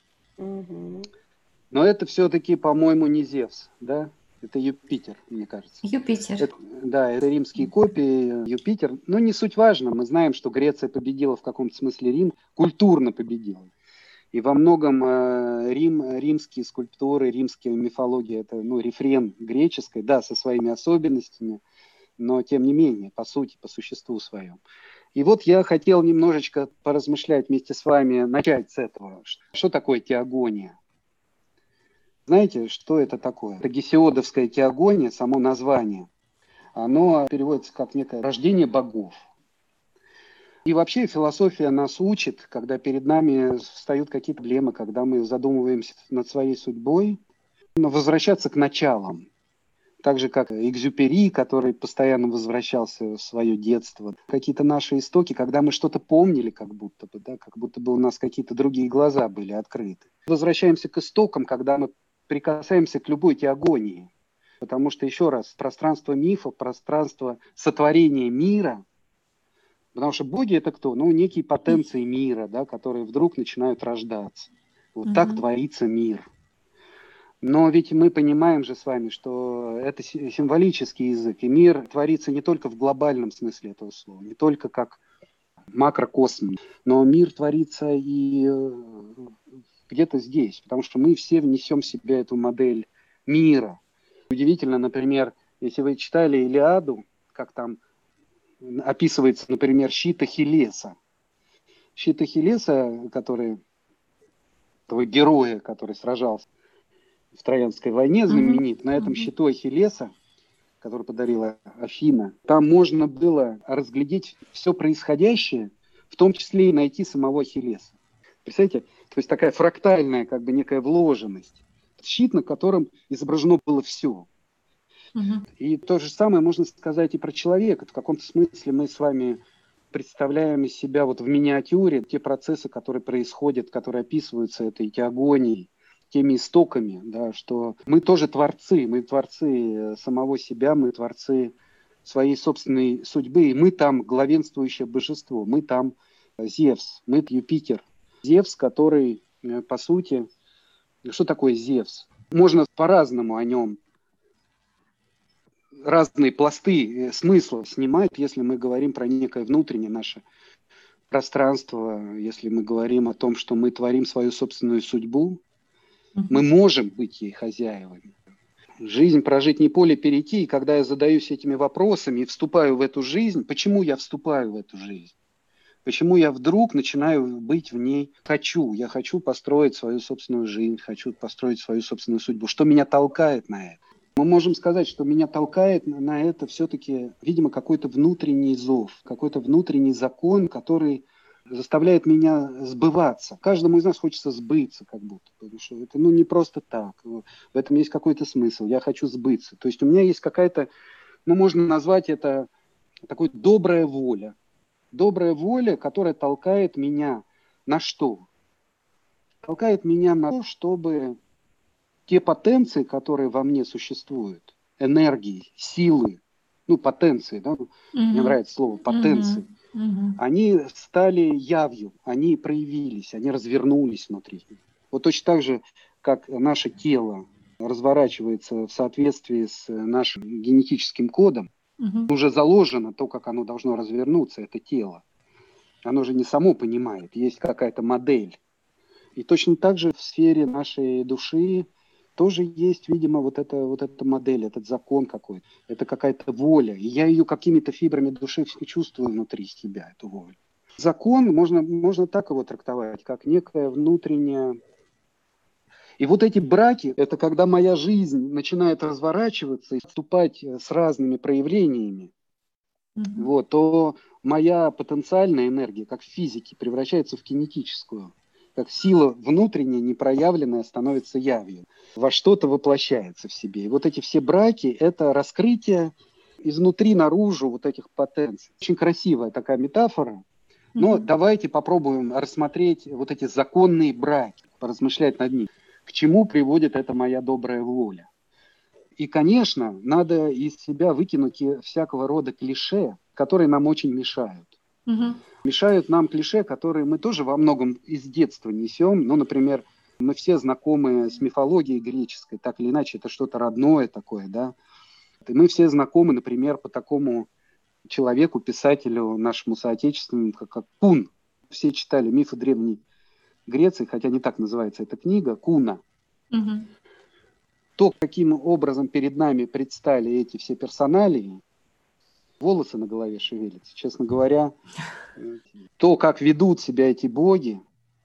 Но это все-таки, по-моему, не Зевс, да? Это Юпитер, мне кажется. Юпитер. Это римские копии, Юпитер. Но не суть важно. Мы знаем, что Греция победила в каком-то смысле Рим, культурно победила. И во многом римские скульптуры, римская мифология, это рефрен греческой, да, со своими особенностями, но тем не менее, по сути, по существу своем. И вот я хотел немножечко поразмышлять вместе с вами, начать с этого. Что такое теогония? Знаете, что это такое? Это гесиодовская теогония, само название, оно переводится как некое рождение богов. И вообще философия нас учит, когда перед нами встают какие-то проблемы, когда мы задумываемся над своей судьбой, возвращаться к началам. Так же, как Экзюпери, который постоянно возвращался в свое детство. Какие-то наши истоки, когда мы что-то помнили, как будто бы у нас какие-то другие глаза были открыты. Возвращаемся к истокам, когда мы прикасаемся к любой теогонии. Потому что, еще раз, пространство мифа, пространство сотворения мира. Потому что боги это кто? Некие потенции мира, да, которые вдруг начинают рождаться. Вот так творится мир. Но ведь мы понимаем же с вами, что это символический язык. И мир творится не только в глобальном смысле этого слова, не только как макрокосм, но мир творится и где-то здесь. Потому что мы все внесем в себя эту модель мира. Удивительно, например, если вы читали Илиаду, как там описывается, например, щит Ахиллеса. Щит Ахиллеса, этого героя, который сражался в Троянской войне, знаменит, на этом щиту Ахиллеса, который подарила Афина, там можно было разглядеть все происходящее, в том числе и найти самого Ахиллеса. Представляете? То есть такая фрактальная, как бы некая вложенность. Щит, на котором изображено было все. И то же самое можно сказать и про человека. В каком-то смысле мы с вами представляем из себя вот в миниатюре те процессы, которые происходят, которые описываются этой теогонией, теми истоками, да, что мы тоже творцы, мы творцы самого себя, мы творцы своей собственной судьбы, и мы там главенствующее божество, мы там Зевс, мы Юпитер. Зевс, который, по сути, что такое Зевс? Можно по-разному о нем разные пласты смысла снимать, если мы говорим про некое внутреннее наше пространство, если мы говорим о том, что мы творим свою собственную судьбу, мы можем быть ей хозяевами. Жизнь прожить не поле перейти, и когда я задаюсь этими вопросами и вступаю в эту жизнь, почему я вступаю в эту жизнь? Почему я вдруг начинаю быть в ней? Я хочу построить свою собственную жизнь, хочу построить свою собственную судьбу. Что меня толкает на это? Мы можем сказать, что меня толкает на это все-таки, видимо, какой-то внутренний зов, какой-то внутренний закон, который заставляет меня сбываться. Каждому из нас хочется сбыться, как будто. Потому что это не просто так. В этом есть какой-то смысл. Я хочу сбыться. То есть у меня есть какая-то, можно назвать это такой добрая воля. Добрая воля, которая толкает меня на что? Толкает меня на то, чтобы те потенции, которые во мне существуют, энергии, силы, потенции, да? Мне нравится слово потенции, Мгм. они стали явью, они проявились, они развернулись внутри. Вот точно так же, как наше тело разворачивается в соответствии с нашим генетическим кодом, Мгм. уже заложено то, как оно должно развернуться, это тело. Оно же не само понимает, есть какая-то модель. И точно так же в сфере нашей души тоже есть, видимо, вот эта модель, этот закон какой-то. Это какая-то воля. И я ее какими-то фибрами души чувствую внутри себя, эту волю. Закон можно так его трактовать, как некая внутренняя... И вот эти браки, это когда моя жизнь начинает разворачиваться и вступать с разными проявлениями, Мгм. вот, то моя потенциальная энергия, как в физике, превращается в кинетическую. Как сила внутренняя, непроявленная, становится явью. Во что-то воплощается в себе. И вот эти все браки– это раскрытие изнутри наружу вот этих потенций. Очень красивая такая метафора. Но Мгм. давайте попробуем рассмотреть вот эти законные браки, поразмышлять над ними. К чему приводит эта моя добрая воля? И, конечно, надо из себя выкинуть и всякого рода клише, которые нам очень мешают. Мгм. Мешают нам клише, которые мы тоже во многом из детства несем. Ну, например, мы все знакомы с мифологией греческой, так или иначе, это что-то родное такое, да. И мы все знакомы, например, по такому человеку, писателю, нашему соотечественнику, как Кун. Все читали мифы Древней Греции, хотя не так называется эта книга, Куна. Мгм. То, каким образом перед нами предстали эти все персоналии, волосы на голове шевелятся, честно говоря. То, как ведут себя эти боги,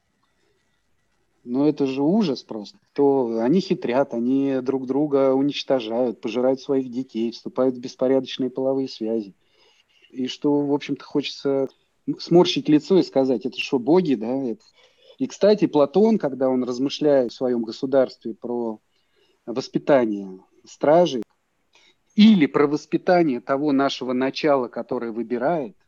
ну это же ужас просто. То они хитрят, они друг друга уничтожают, пожирают своих детей, вступают в беспорядочные половые связи. И что, в общем-то, хочется сморщить лицо и сказать, это что, боги, да? И, кстати, Платон, когда он размышляет в своем государстве про воспитание стражей или про воспитание того нашего начала, которое выбирает,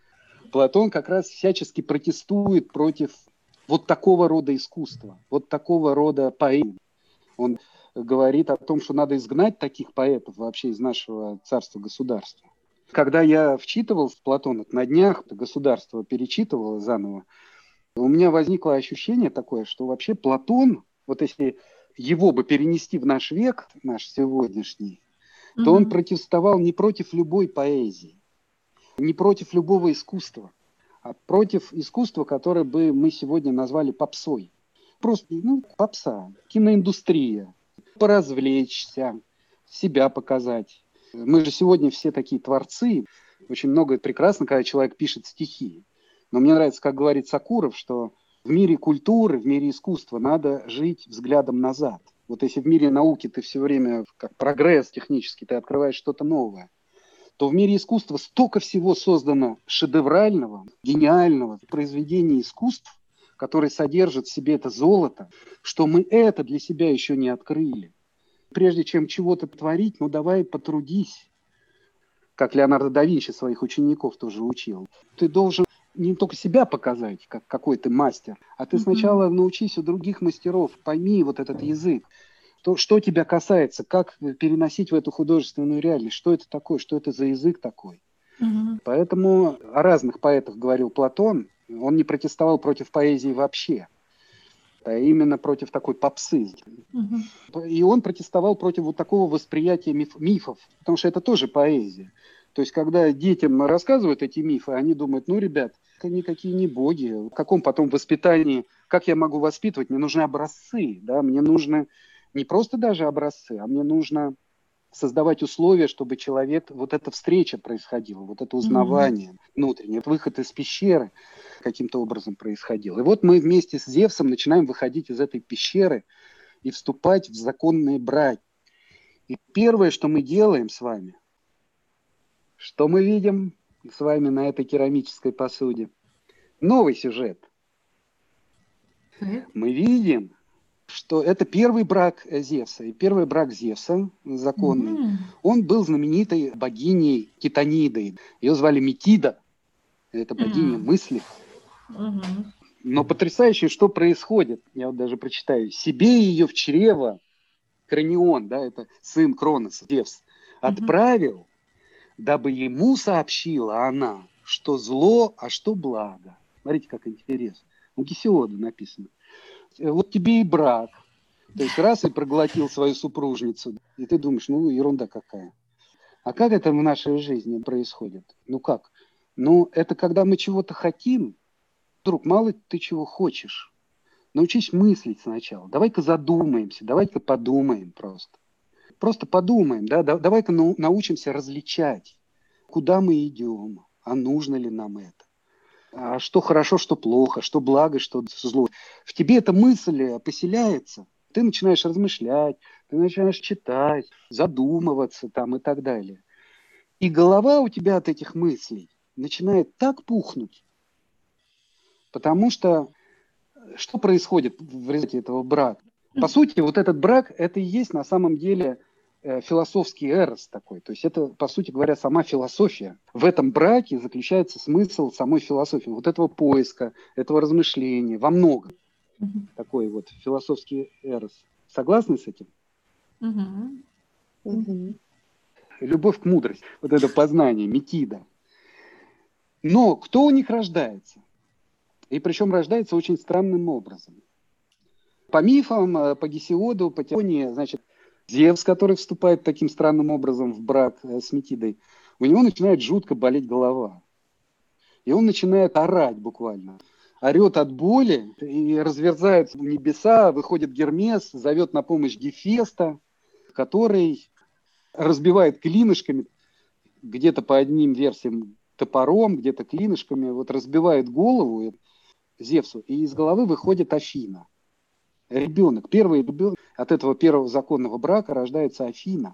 Платон как раз всячески протестует против вот такого рода искусства, вот такого рода поэзии. Он говорит о том, что надо изгнать таких поэтов вообще из нашего царства-государства. Когда я вчитывался в Платона на днях, государство перечитывало заново, у меня возникло ощущение такое, что вообще Платон, вот если его бы перенести в наш век, наш сегодняшний, то он Мгм. протестовал не против любой поэзии, не против любого искусства, а против искусства, которое бы мы сегодня назвали попсой. Просто, попса, киноиндустрия, поразвлечься, себя показать. Мы же сегодня все такие творцы. Очень много прекрасно, когда человек пишет стихи. Но мне нравится, как говорит Сакуров, что в мире культуры, в мире искусства надо жить взглядом назад. Вот если в мире науки ты все время, как прогресс технический, ты открываешь что-то новое, то в мире искусства столько всего создано шедеврального, гениального произведения искусств, которые содержат в себе это золото, что мы это для себя еще не открыли. Прежде чем чего-то творить, ну давай потрудись, как Леонардо да Винчи своих учеников тоже учил. Ты должен не только себя показать, как какой ты мастер, а ты Мгм. сначала научись у других мастеров, пойми вот этот язык. Что тебя касается, как переносить в эту художественную реальность, что это такое, что это за язык такой. Мгм. Поэтому о разных поэтах говорил Платон, он не протестовал против поэзии вообще, а именно против такой попсы. Мгм. И он протестовал против вот такого восприятия мифов, потому что это тоже поэзия. То есть, когда детям рассказывают эти мифы, они думают, ну, ребят, это никакие не боги. В каком потом воспитании, как я могу воспитывать? Мне нужны образцы, да, мне нужно не просто даже образцы, а мне нужно создавать условия, чтобы человек, вот эта встреча происходила, вот это Мгм. узнавание внутреннее, выход из пещеры каким-то образом происходил. И вот мы вместе с Зевсом начинаем выходить из этой пещеры и вступать в законные браки. И первое, что мы делаем с вами, что мы видим с вами на этой керамической посуде? Новый сюжет. Так. Мы видим, что это первый брак Зевса. И первый брак Зевса, законный, Мгм. он был знаменитой богиней Титанидой. Ее звали Метида. Это богиня М. мысли. Мгм. Но потрясающе, что происходит. Я вот даже прочитаю. Себе ее в чрево Кранион, да, это сын Кроноса, Зевс, Мгм. отправил, дабы ему сообщила она что зло, а что благо. Смотрите, как интересно. У Гесиода написано. Вот тебе и брак. То есть раз и проглотил свою супружницу, и ты думаешь, ну, ерунда какая. А как это в нашей жизни происходит? Ну как? Ну, это когда мы чего-то хотим, вдруг мало ты чего хочешь. Научись мыслить сначала. Давай-ка задумаемся, давай-ка подумаем просто. Просто подумаем, да, давай-ка научимся различать, куда мы идем, а нужно ли нам это. А что хорошо, что плохо, что благо, что зло. В тебе эта мысль поселяется, ты начинаешь размышлять, ты начинаешь читать, задумываться там и так далее. И голова у тебя от этих мыслей начинает так пухнуть, потому что происходит в результате этого брака? По сути, вот этот брак, это и есть на самом деле философский эрос такой. То есть это, по сути говоря, сама философия. В этом браке заключается смысл самой философии. Вот этого поиска, этого размышления во многом. Такой вот философский эрос. Согласны с этим? Любовь к мудрости. Вот это познание, метида. Но кто у них рождается? И причем рождается очень странным образом. По мифам, по Гесиоду, по Теонии, значит, Зевс, который вступает таким странным образом в брак с Метидой, у него начинает жутко болеть голова. И он начинает орать буквально. Орет от боли и разверзаются небеса, выходит Гермес, зовет на помощь Гефеста, который разбивает клинышками, где-то по одним версиям топором, где-то клинышками, вот разбивает голову Зевсу, и из головы выходит Афина. Ребенок, первый ребенок, от этого первого законного брака рождается Афина.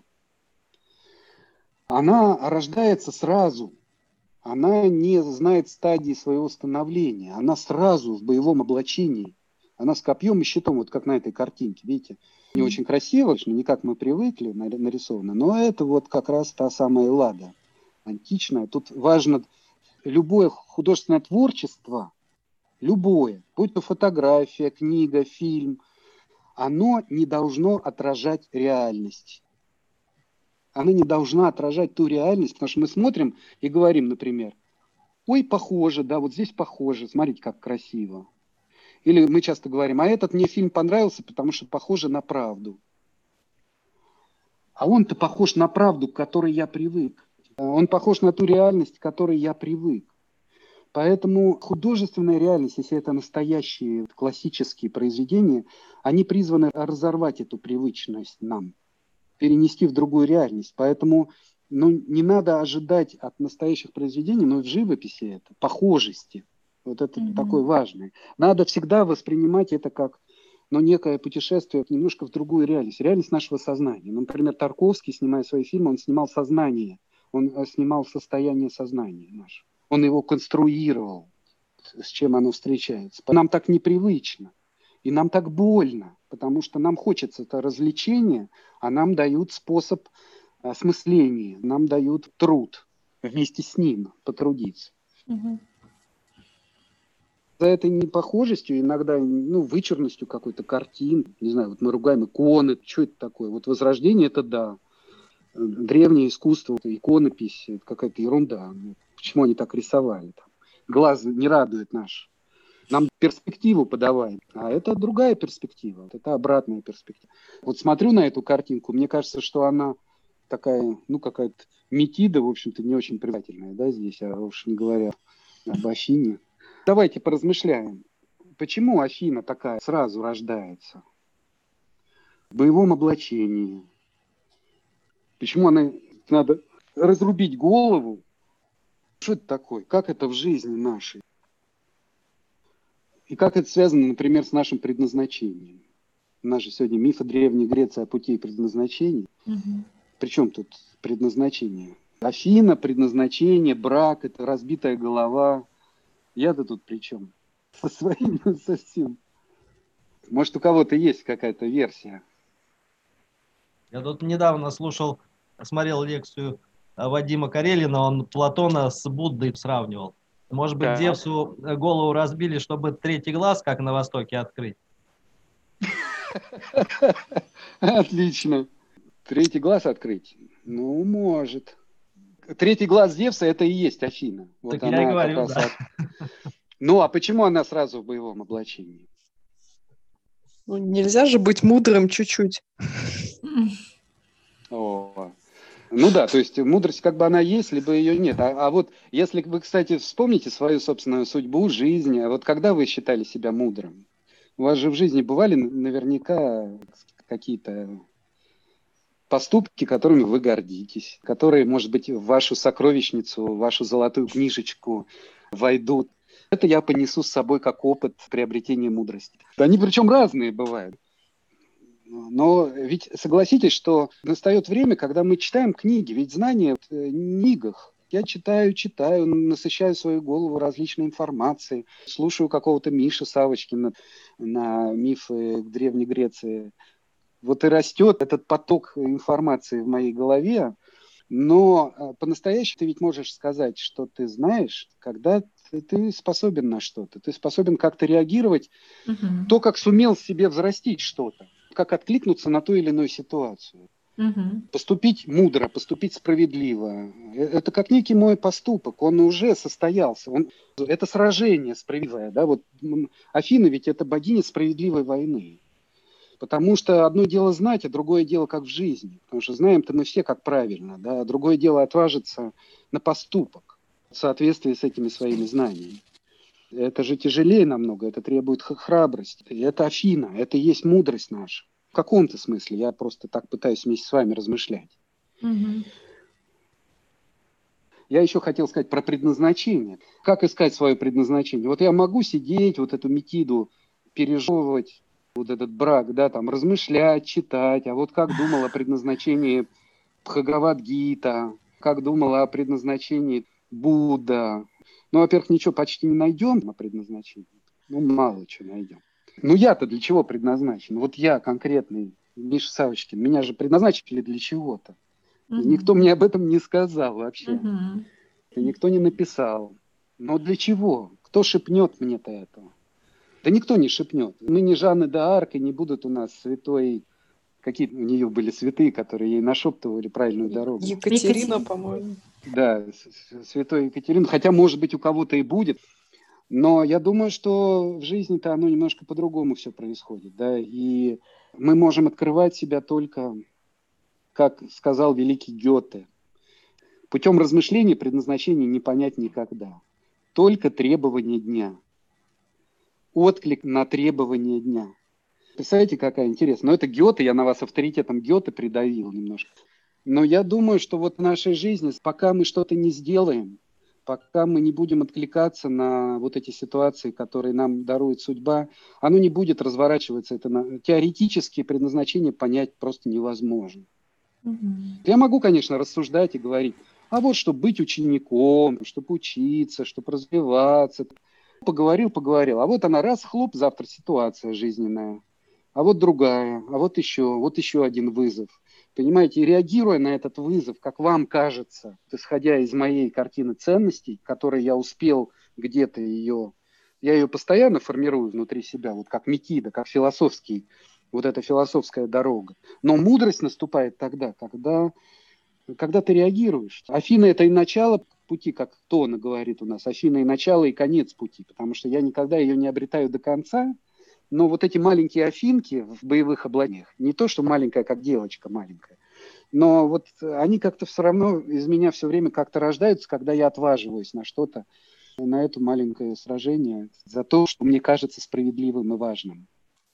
Она рождается сразу, она не знает стадии своего становления, она сразу в боевом облачении, она с копьем и щитом, вот как на этой картинке, видите, не очень красиво, не как мы привыкли нарисовано, но это вот как раз та самая Эллада античная. Тут важно любое художественное творчество, любое, будь то фотография, книга, фильм, оно не должно отражать реальность. Она не должна отражать ту реальность, потому что мы смотрим и говорим, например, ой, похоже, да, вот здесь похоже, смотрите, как красиво. Или мы часто говорим, а этот мне фильм понравился, потому что похоже на правду. А он-то похож на правду, к которой я привык. Он похож на ту реальность, к которой я привык. Поэтому художественная реальность, если это настоящие классические произведения, они призваны разорвать эту привычность нам, перенести в другую реальность. Поэтому не надо ожидать от настоящих произведений, но и в живописи это, похожести. Вот это такое важное. Надо всегда воспринимать это как некое путешествие немножко в другую реальность. Реальность нашего сознания. Например, Тарковский, снимая свои фильмы, он снимал сознание. Он снимал состояние сознания наше. Он его конструировал, с чем оно встречается. Нам так непривычно. И нам так больно, потому что нам хочется это развлечение, а нам дают способ осмысления, нам дают труд вместе с ним потрудиться. За этой непохожестью, иногда вычурностью какой-то картин, не знаю, вот мы ругаем иконы, что это такое? Вот Возрождение это да, древнее искусство, иконопись, это какая-то ерунда. Почему они так рисовали? Глаз не радует наш. Нам перспективу подавай, а это другая перспектива, это обратная перспектива. Вот смотрю на эту картинку, мне кажется, что она такая, какая-то метида, в общем-то, не очень привлекательная, да, здесь, а уж не говоря об Афине. Давайте поразмышляем, почему Афина такая сразу рождается в боевом облачении, почему надо разрубить голову, что это такое, как это в жизни нашей. И как это связано, например, с нашим предназначением? У нас же сегодня мифы Древней Греции о пути и предназначении. Причем тут предназначение? Афина, предназначение, брак, это разбитая голова. Я-то тут при чем? Со своим совсем. Может, у кого-то есть какая-то версия? Я тут недавно смотрел лекцию Вадима Карелина, он Платона с Буддой сравнивал. Может быть, Зевсу голову разбили, чтобы третий глаз, как на Востоке, открыть? Отлично. Третий глаз открыть? Ну, может. Третий глаз Зевса – это и есть Афина. Вот Так я и она говорю, как раз да. Ну, а почему она сразу в боевом облачении? Ну, нельзя же быть мудрым чуть-чуть. О. Ну да, то есть мудрость как бы она есть, либо ее нет. А вот если вы, кстати, вспомните свою собственную судьбу, жизнь, а вот когда вы считали себя мудрым? У вас же в жизни бывали наверняка какие-то поступки, которыми вы гордитесь, которые, может быть, в вашу сокровищницу, в вашу золотую книжечку войдут. Это я понесу с собой как опыт приобретения мудрости. Они причем разные бывают. Но ведь согласитесь, что настает время, когда мы читаем книги, ведь знания в книгах. Я читаю, насыщаю свою голову различной информацией, слушаю какого-то Миши Савочкина на мифы Древней Греции. Вот и растет этот поток информации в моей голове, но по-настоящему ты ведь можешь сказать, что ты знаешь, когда ты способен на что-то, ты способен как-то реагировать, то, как сумел себе взрастить что-то, как откликнуться на ту или иную ситуацию. Поступить мудро, поступить справедливо. Это как некий мой поступок, он уже состоялся. Это сражение справедливое. Да? Вот Афина ведь это богиня справедливой войны. Потому что одно дело знать, а другое дело как в жизни. Потому что знаем-то мы все как правильно, да? А другое дело отважиться на поступок в соответствии с этими своими знаниями. Это же тяжелее намного, это требует храбрости. И это Афина, это и есть мудрость наша. В каком-то смысле, я просто так пытаюсь вместе с вами размышлять. Я еще хотел сказать про предназначение. Как искать свое предназначение? Вот я могу сидеть, вот эту Метиду пережевывать, вот этот брак, да, там, размышлять, читать, а вот как думал о предназначении Бхагавад-гита, как думал о предназначении Будда. Ну, во-первых, ничего почти не найдем о предназначении. Ну, мало чего найдем. Ну, я-то для чего предназначен? Вот я конкретный, Миша Савочкин, меня же предназначили для чего-то. Никто мне об этом не сказал вообще. И никто не написал. Но для чего? Кто шепнет мне-то этого? Да никто не шепнет. Мы не Жанны д'Арк, и не будут у нас святой... Какие у нее были святые, которые ей нашептывали правильную дорогу. Екатерина, по-моему. Да, святой Екатерина. Хотя, может быть, у кого-то и будет. Но я думаю, что в жизни-то оно немножко по-другому все происходит. Да? И мы можем открывать себя только, как сказал великий Гёте, путем размышления предназначения не понять никогда. Только требования дня. Отклик на требования дня. Представляете, какая интересная. Но это Гёте, я на вас авторитетом Гёте придавил немножко. Но я думаю, что вот в нашей жизни, пока мы что-то не сделаем, пока мы не будем откликаться на вот эти ситуации, которые нам дарует судьба, оно не будет разворачиваться. Это теоретически предназначение понять просто невозможно. Я могу, конечно, рассуждать и говорить, а вот чтобы быть учеником, чтобы учиться, чтобы развиваться. Поговорил, а вот она раз, хлоп, завтра ситуация жизненная, а вот другая, а вот еще один вызов. Понимаете, и реагируя на этот вызов, как вам кажется, исходя из моей картины ценностей, которой я успел где-то я ее постоянно формирую внутри себя, вот как Метида, как философский, вот эта философская дорога. Но мудрость наступает тогда, когда ты реагируешь. Афина – это и начало пути, как Тона говорит у нас. Афина и начало, и конец пути, потому что я никогда ее не обретаю до конца. Но вот эти маленькие афинки в боевых облачениях, не то, что маленькая, как девочка маленькая, но вот они как-то все равно из меня все время как-то рождаются, когда я отваживаюсь на что-то, на это маленькое сражение, за то, что мне кажется справедливым и важным.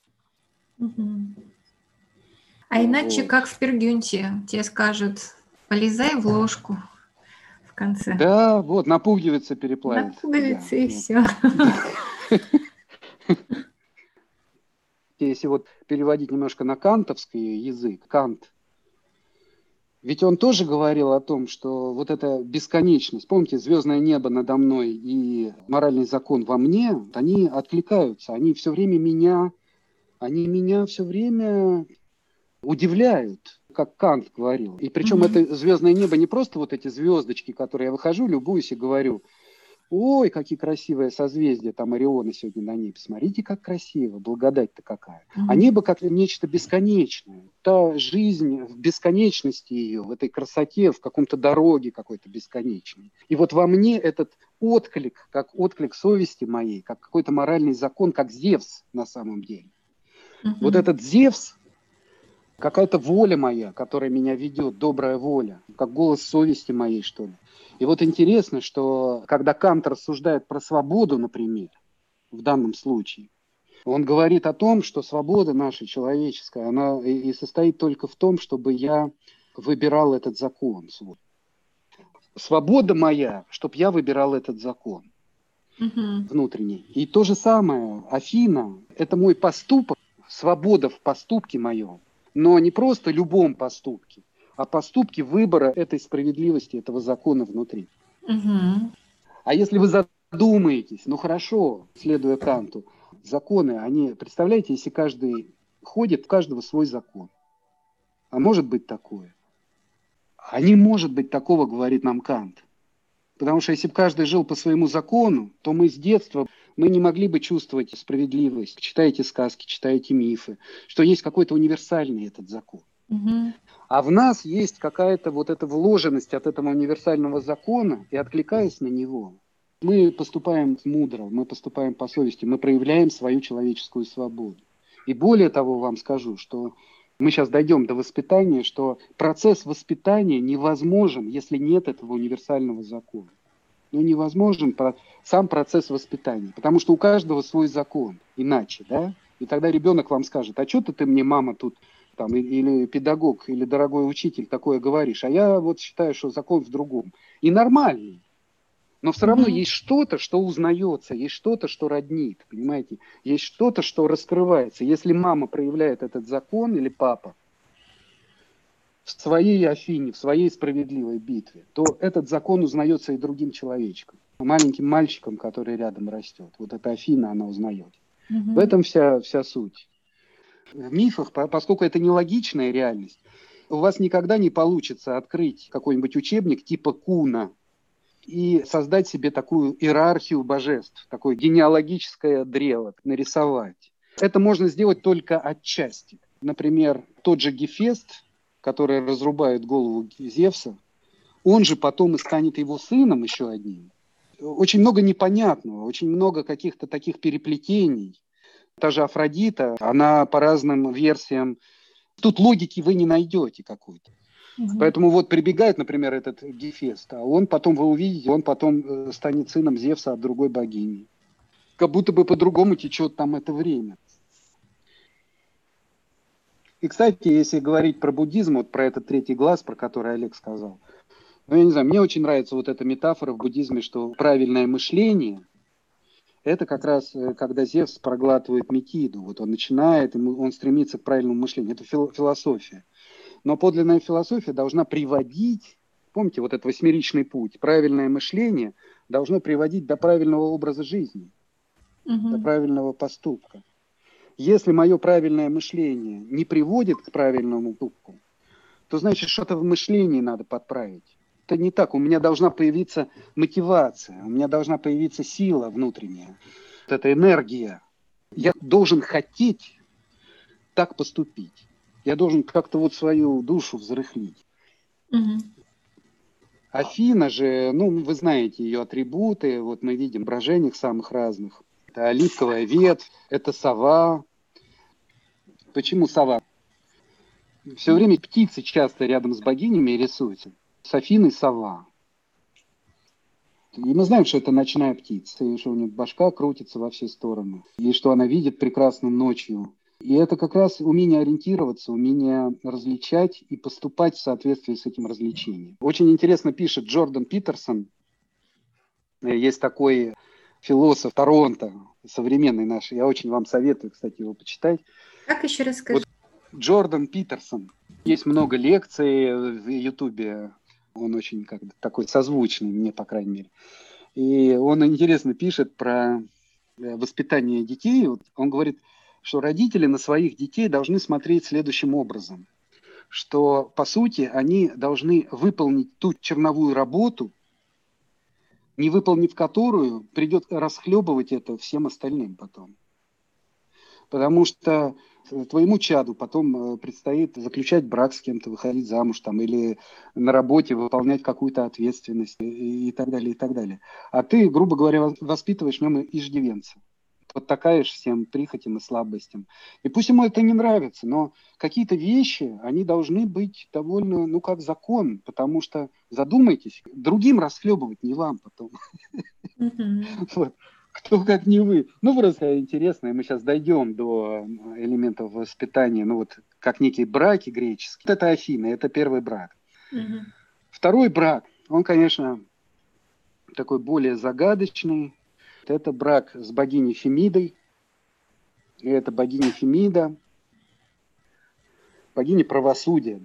А иначе, Вот. как в Пергюнте, тебе скажут, полезай в ложку в конце. Да, вот, на пуговицы переплавить. На пуговицы и вот. все. Если вот переводить немножко на кантовский язык, Кант, ведь он тоже говорил о том, что вот эта бесконечность, помните, звездное небо надо мной и моральный закон во мне, они откликаются, они меня все время удивляют, как Кант говорил. И причем это звездное небо не просто вот эти звездочки, которые я выхожу, любуюсь и говорю, Ой, какие красивые созвездия, там Ориона сегодня на небе. Смотрите, как красиво, благодать-то какая. А небо как нечто бесконечное. Та жизнь в бесконечности ее, в этой красоте, в каком-то дороге какой-то бесконечной. И вот во мне этот отклик, как отклик совести моей, как какой-то моральный закон, как Зевс на самом деле. Вот этот Зевс, какая-то воля моя, которая меня ведет, добрая воля, как голос совести моей, что ли. И вот интересно, что когда Кант рассуждает про свободу, например, в данном случае, он говорит о том, что свобода наша человеческая, она и состоит только в том, чтобы я выбирал этот закон. Свобода моя, чтобы я выбирал этот закон внутренний. И то же самое, Афина, это мой поступок, свобода в поступке моем, но не просто любом поступке, а поступки выбора этой справедливости, этого закона внутри. А если вы задумаетесь, ну хорошо, следуя Канту, законы, они, представляете, если каждый ходит, у каждого свой закон. А может быть такое? А не может быть такого, говорит нам Кант. Потому что если бы каждый жил по своему закону, то мы с детства мы не могли бы чувствовать справедливость. Читаете сказки, читаете мифы, что есть какой-то универсальный этот закон. А в нас есть какая-то вот эта вложенность от этого универсального закона, и откликаясь на него, мы поступаем мудро, мы поступаем по совести, мы проявляем свою человеческую свободу. И более того вам скажу, что мы сейчас дойдем до воспитания, что процесс воспитания невозможен, если нет этого универсального закона. Ну, невозможен сам процесс воспитания, потому что у каждого свой закон, иначе, да? И тогда ребенок вам скажет, а что ты мне, мама, тут там, или педагог, или дорогой учитель такое говоришь, а я вот считаю, что закон в другом. И нормальный. Но все равно есть что-то, что узнается, есть что-то, что роднит, понимаете? Есть что-то, что раскрывается. Если мама проявляет этот закон или папа в своей Афине, в своей справедливой битве, то этот закон узнается и другим человечком, маленьким мальчиком, который рядом растет. Вот эта Афина, она узнает. В этом вся суть. В мифах, поскольку это нелогичная реальность, у вас никогда не получится открыть какой-нибудь учебник типа Куна и создать себе такую иерархию божеств, такое генеалогическое древо, нарисовать. Это можно сделать только отчасти. Например, тот же Гефест, который разрубает голову Зевса, он же потом и станет его сыном еще одним. Очень много непонятного, очень много каких-то таких переплетений. Та же Афродита, она по разным версиям. Тут логики вы не найдете какой-то. Поэтому вот прибегает, например, этот Гефест, а он потом, вы увидите, он потом станет сыном Зевса от другой богини. Как будто бы по-другому течет там это время. И, кстати, если говорить про буддизм, вот про этот третий глаз, про который Олег сказал, ну, я не знаю, мне очень нравится вот эта метафора в буддизме, что правильное мышление – это как раз, когда Зевс проглатывает Метиду. Вот он начинает, он стремится к правильному мышлению. Это философия. Но подлинная философия должна приводить, помните, вот этот восьмеричный путь, правильное мышление должно приводить до правильного образа жизни, до правильного поступка. Если мое правильное мышление не приводит к правильному поступку, то значит, что-то в мышлении надо подправить. Это не так. У меня должна появиться мотивация, у меня должна появиться сила внутренняя, вот эта энергия. Я должен хотеть так поступить. Я должен как-то вот свою душу взрыхлить. Афина же, ну, вы знаете ее атрибуты, вот мы видим в брожениях самых разных. Это оливковая ветвь, это сова. Почему сова? Все время птицы часто рядом с богинями рисуются. С Афиной сова. И мы знаем, что это ночная птица, и что у нее башка крутится во все стороны, и что она видит прекрасно ночью. И это как раз умение ориентироваться, умение различать и поступать в соответствии с этим развлечением. Очень интересно пишет Джордан Питерсон. Есть такой философ Торонто, современный наш. Я очень вам советую, кстати, его почитать. Как еще раз скажи? Вот Джордан Питерсон. Есть много лекций в Ютубе. Он очень как-то такой созвучный мне, по крайней мере. И он интересно пишет про воспитание детей. Вот он говорит, что родители на своих детей должны смотреть следующим образом. Что, по сути, они должны выполнить ту черновую работу, не выполнив которую, придет расхлебывать это всем остальным потом. Потому что твоему чаду потом предстоит заключать брак с кем-то, выходить замуж там, или на работе выполнять какую-то ответственность и так далее, и так далее. А ты, грубо говоря, воспитываешь в нем иждивенца. Подтакаешь всем прихотям и слабостям. И пусть ему это не нравится, но какие-то вещи, они должны быть довольно, ну, как закон, потому что, задумайтесь, другим расхлебывать, не вам потом. Вот. Кто как не вы. Ну, просто интересно, и мы сейчас дойдем до элементов воспитания, ну, вот как некие браки греческие. Вот это Афины, это первый брак. Второй брак, он, конечно, такой более загадочный. Это брак с богиней Фемидой. И это богиня Фемида, богиня правосудия.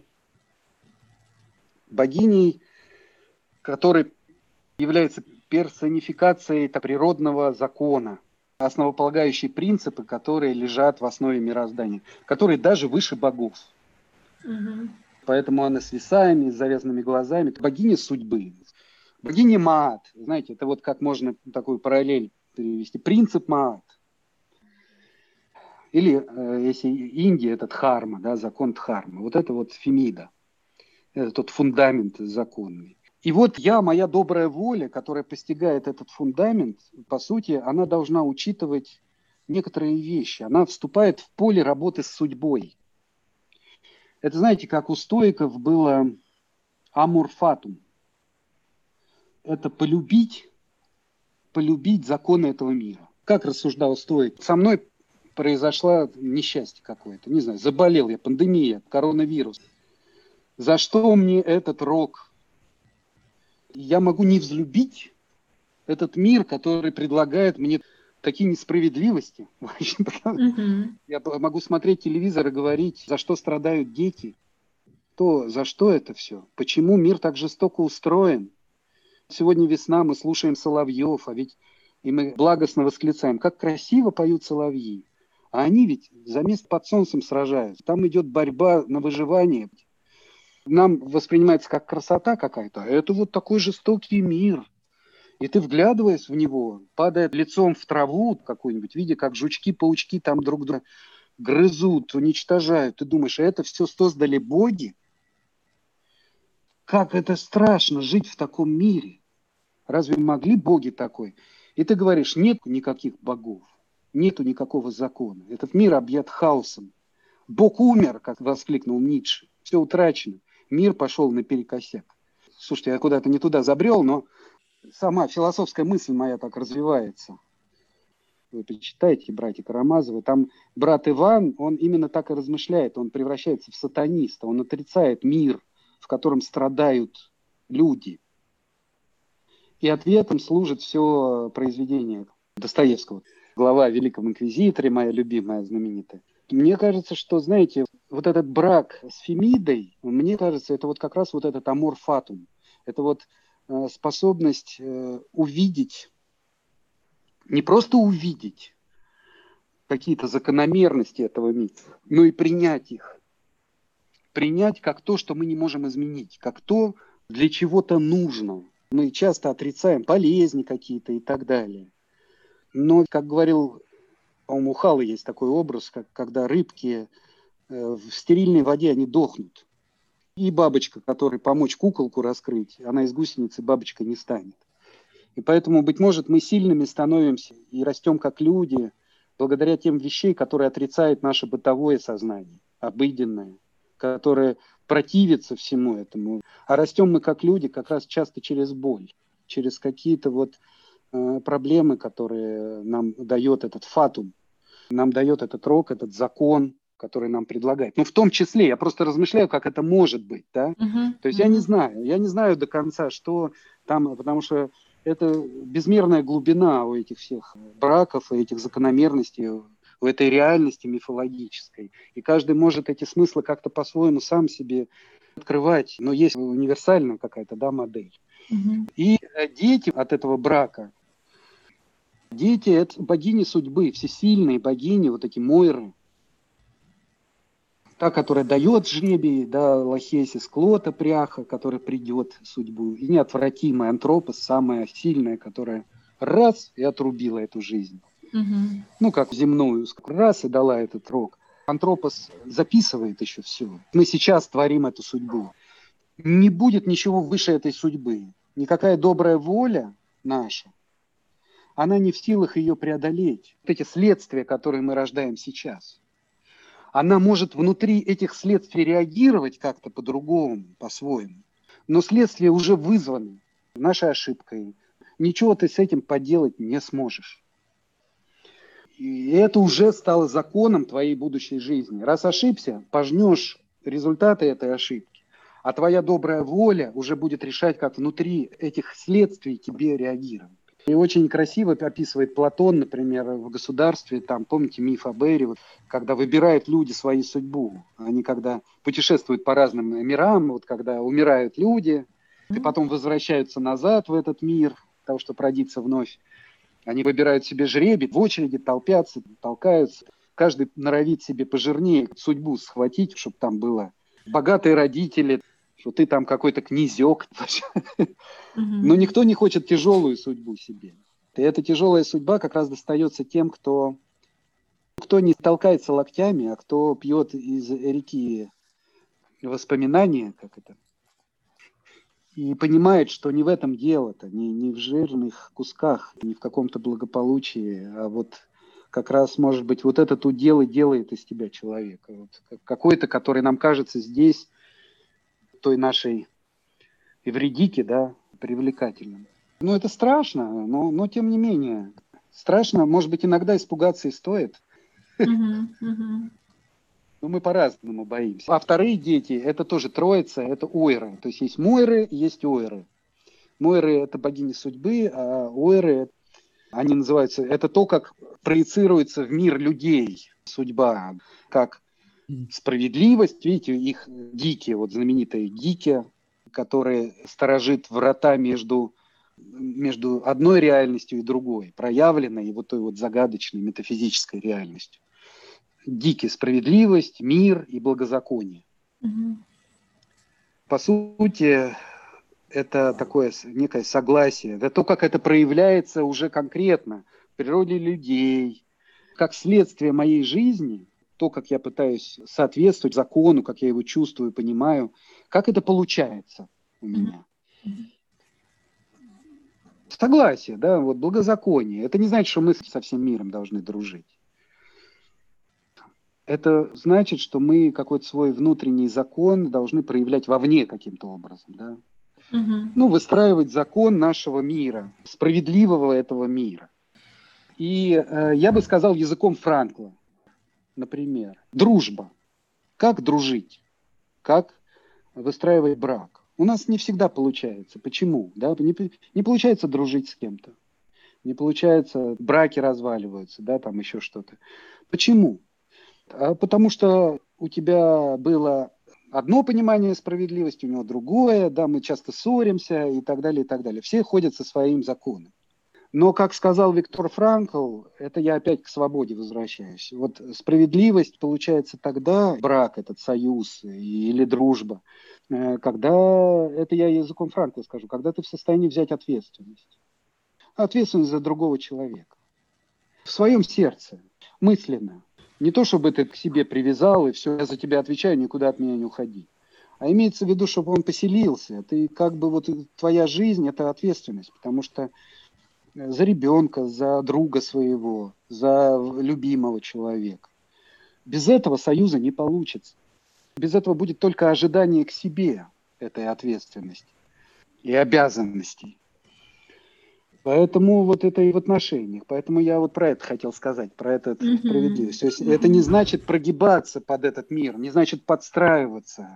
Богиней, которая является персонификацией природного закона, основополагающие принципы, которые лежат в основе мироздания, которые даже выше богов. Поэтому она с весами, с завязанными глазами. Это богиня судьбы. Богиня Маат. Знаете, это вот как можно такую параллель перевести. Принцип Маат. Или, если Индия, это Дхарма, да, закон Дхармы. Вот это вот Фемида. Это тот фундамент законный. И вот моя добрая воля, которая постигает этот фундамент, по сути, она должна учитывать некоторые вещи. Она вступает в поле работы с судьбой. Это, знаете, как у стоиков было амур фатум. Это полюбить законы этого мира. Как рассуждал стоик? Со мной произошло несчастье какое-то. Не знаю, заболел я, пандемия, коронавирус. За что мне этот рок? Я могу не взлюбить этот мир, который предлагает мне такие несправедливости. Я могу смотреть телевизор и говорить, за что страдают дети. За что это все? Почему мир так жестоко устроен? Сегодня весна, мы слушаем соловьев, и мы благостно восклицаем, как красиво поют соловьи. А они ведь за место под солнцем сражаются. Там идет борьба на выживание. Нам воспринимается как красота какая-то. А это вот такой жестокий мир. И ты, вглядываясь в него, падая лицом в траву какую-нибудь, видя, как жучки-паучки там друг друга грызут, уничтожают. Ты думаешь, а это все создали боги? Как это страшно жить в таком мире. Разве могли боги такой? И ты говоришь, нет никаких богов, нету никакого закона. Этот мир объят хаосом. Бог умер, как воскликнул Ницше. Все утрачено. Мир пошел наперекосяк. Слушайте, я куда-то не туда забрел, но сама философская мысль моя так развивается. Вы почитайте, братья Карамазовы. Там брат Иван, он именно так и размышляет. Он превращается в сатаниста. Он отрицает мир, в котором страдают люди. И ответом служит все произведение Достоевского. Глава о Великом Инквизиторе, моя любимая, знаменитая. Мне кажется, что, знаете, вот этот брак с Фемидой, мне кажется, это вот как раз вот этот амор фатум. Это вот способность увидеть, не просто увидеть какие-то закономерности этого мира, но и принять их. Принять как то, что мы не можем изменить, как то, для чего-то нужно. Мы часто отрицаем болезни какие-то и так далее. Но, как говорил, по-моему, у Халы есть такой образ, когда рыбки в стерильной воде, они дохнут. И бабочка, которой помочь куколку раскрыть, она из гусеницы бабочкой не станет. И поэтому, быть может, мы сильными становимся и растем как люди благодаря тем вещей, которые отрицает наше бытовое сознание, обыденное, которое противится всему этому. А растем мы как люди как раз часто через боль, через какие-то вот проблемы, которые нам дает этот фатум, нам дает этот рок, этот закон, который нам предлагает. Ну, в том числе, я просто размышляю, как это может быть, да? То есть я не знаю до конца, что там, потому что это безмерная глубина у этих всех браков и этих закономерностей, у этой реальности мифологической. И каждый может эти смыслы как-то по-своему сам себе открывать, но есть универсальная какая-то, да, модель. И дети от этого брака, дети – это богини судьбы, всесильные богини, вот эти Мойры. Та, которая дает жребий, да, лохесис, клота, пряха, который придет в судьбу. И неотвратимая антропос, самая сильная, которая раз и отрубила эту жизнь. Мгм. Ну, как земную, раз и дала этот рок. Антропос записывает еще все. Мы сейчас творим эту судьбу. Не будет ничего выше этой судьбы. Никакая добрая воля наша, она не в силах ее преодолеть. Вот эти следствия, которые мы рождаем сейчас, она может внутри этих следствий реагировать как-то по-другому, по-своему. Но следствия уже вызваны нашей ошибкой. Ничего ты с этим поделать не сможешь. И это уже стало законом твоей будущей жизни. Раз ошибся, пожнешь результаты этой ошибки. А твоя добрая воля уже будет решать, как внутри этих следствий тебе реагировать. И очень красиво описывает Платон, например, в «Государстве», там, помните, миф об Эре, вот, когда выбирают люди свою судьбу. Они когда путешествуют по разным мирам, вот когда умирают люди, и потом возвращаются назад в этот мир, для того, чтобы родиться вновь. Они выбирают себе жребий, в очереди толпятся, толкаются. Каждый норовит себе пожирнее судьбу схватить, чтобы там было богатые родители, что ты там какой-то князек. Но никто не хочет тяжелую судьбу себе. И эта тяжелая судьба как раз достается тем, кто не толкается локтями, а кто пьет из реки воспоминания, как это, и понимает, что не в этом дело-то, не в жирных кусках, не в каком-то благополучии, а вот как раз, может быть, вот этот удел и делает из тебя человека. Вот какой-то, который нам кажется здесь, той нашей Эвридике, да, привлекательным. Ну, это страшно, но тем не менее. Страшно, может быть, иногда испугаться и стоит. Но мы по-разному боимся. А вторые дети, это тоже троица, это ойры. То есть Мойры, есть ойры. Мойры – это богини судьбы, а ойры, они называются, это то, как проецируется в мир людей судьба, как справедливость. Видите, их Гики, вот знаменитые Гики, которые сторожит врата между одной реальностью и другой, проявленной и вот той вот загадочной метафизической реальностью. Гики – справедливость, мир и благозаконие. По сути, это такое некое согласие. Это то, как это проявляется уже конкретно в природе людей, как следствие моей жизни, то, как я пытаюсь соответствовать закону, как я его чувствую, понимаю, как это получается у меня. Согласие, да, вот благозаконие. Это не значит, что мы со всем миром должны дружить. Это значит, что мы какой-то свой внутренний закон должны проявлять вовне каким-то образом, да. Ну, выстраивать закон нашего мира, справедливого этого мира. И я бы сказал языком Франкла, например, дружба. Как дружить? Как выстраивать брак? У нас не всегда получается. Почему? Да? Не получается дружить с кем-то. Не получается, браки разваливаются, да, там еще что-то. Почему? Потому что у тебя было одно понимание справедливости, у него другое, да, мы часто ссоримся и так далее, и так далее. Все ходят со своим законом. Но, как сказал Виктор Франкл, это я опять к свободе возвращаюсь. Вот справедливость получается тогда, брак, этот союз или дружба, когда, это я языком Франкла скажу, когда ты в состоянии взять ответственность. Ответственность за другого человека. В своем сердце, мысленно. Не то, чтобы ты к себе привязал, и все, я за тебя отвечаю, никуда от меня не уходи. А имеется в виду, чтобы он поселился. Ты как бы вот твоя жизнь – это ответственность, потому что за ребенка, за друга своего, за любимого человека. Без этого союза не получится. Без этого будет только ожидание к себе этой ответственности и обязанностей. Поэтому вот это и в отношениях. Поэтому я вот про это хотел сказать, про эту справедливость. То есть это не значит прогибаться под этот мир, не значит подстраиваться,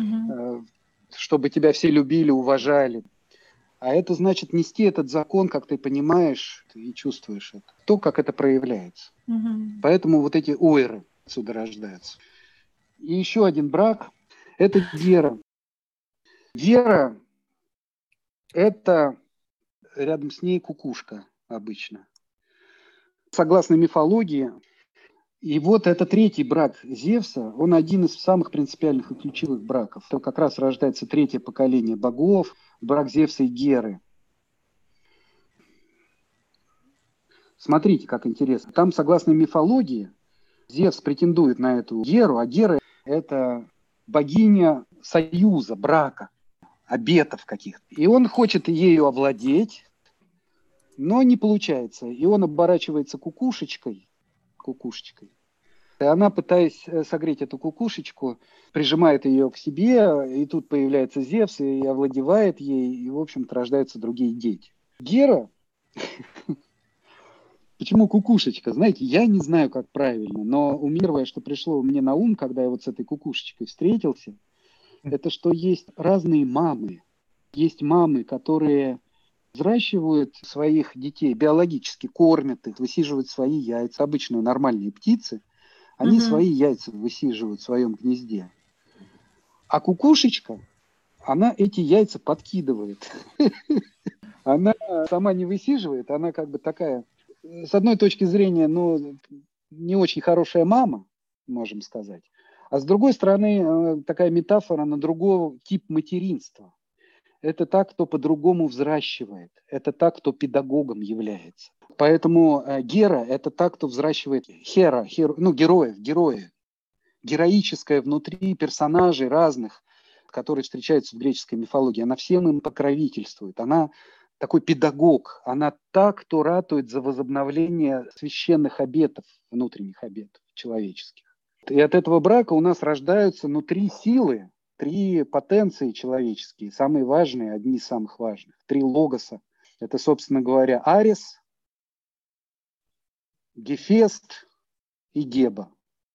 чтобы тебя все любили, уважали. А это значит нести этот закон, как ты понимаешь и чувствуешь это. То, как это проявляется. Поэтому вот эти ойры отсюда рождаются. И еще один брак – это вера. Вера – это рядом с ней кукушка обычно. Согласно мифологии, И вот это третий брак Зевса, он один из самых принципиальных и ключевых браков. То как раз рождается третье поколение богов, брак Зевса и Геры. Смотрите, как интересно. Там, согласно мифологии, Зевс претендует на эту Геру, а Гера – это богиня союза, брака, обетов каких-то. И он хочет ею овладеть, но не получается. И он оборачивается кукушечкой. И она, пытаясь согреть эту кукушечку, прижимает ее к себе, и тут появляется Зевс и овладевает ей, и, в общем-то, рождаются другие дети. Гера... Почему кукушечка? Знаете, я не знаю, как правильно, но первое, что пришло мне на ум, когда я вот с этой кукушечкой встретился, это что есть разные мамы. Есть мамы, которые взращивают своих детей, биологически кормят их, высиживают свои яйца. Обычные нормальные птицы, они свои яйца высиживают в своем гнезде. А кукушечка, она эти яйца подкидывает. Она сама не высиживает, она как бы такая... С одной точки зрения, ну, не очень хорошая мама, можем сказать. А с другой стороны, такая метафора на другой тип материнства. Это та, кто по-другому взращивает. Это та, кто педагогом является. Поэтому Гера – это та, кто взращивает героев. Героическое внутри персонажей разных, которые встречаются в греческой мифологии. Она всем им покровительствует. Она такой педагог, она та, кто ратует за возобновление священных обетов, внутренних обетов человеческих. И от этого брака у нас рождаются три силы, три потенции человеческие, самые важные, одни из самых важных, три логоса. Это, собственно говоря, Арес, Гефест и Геба.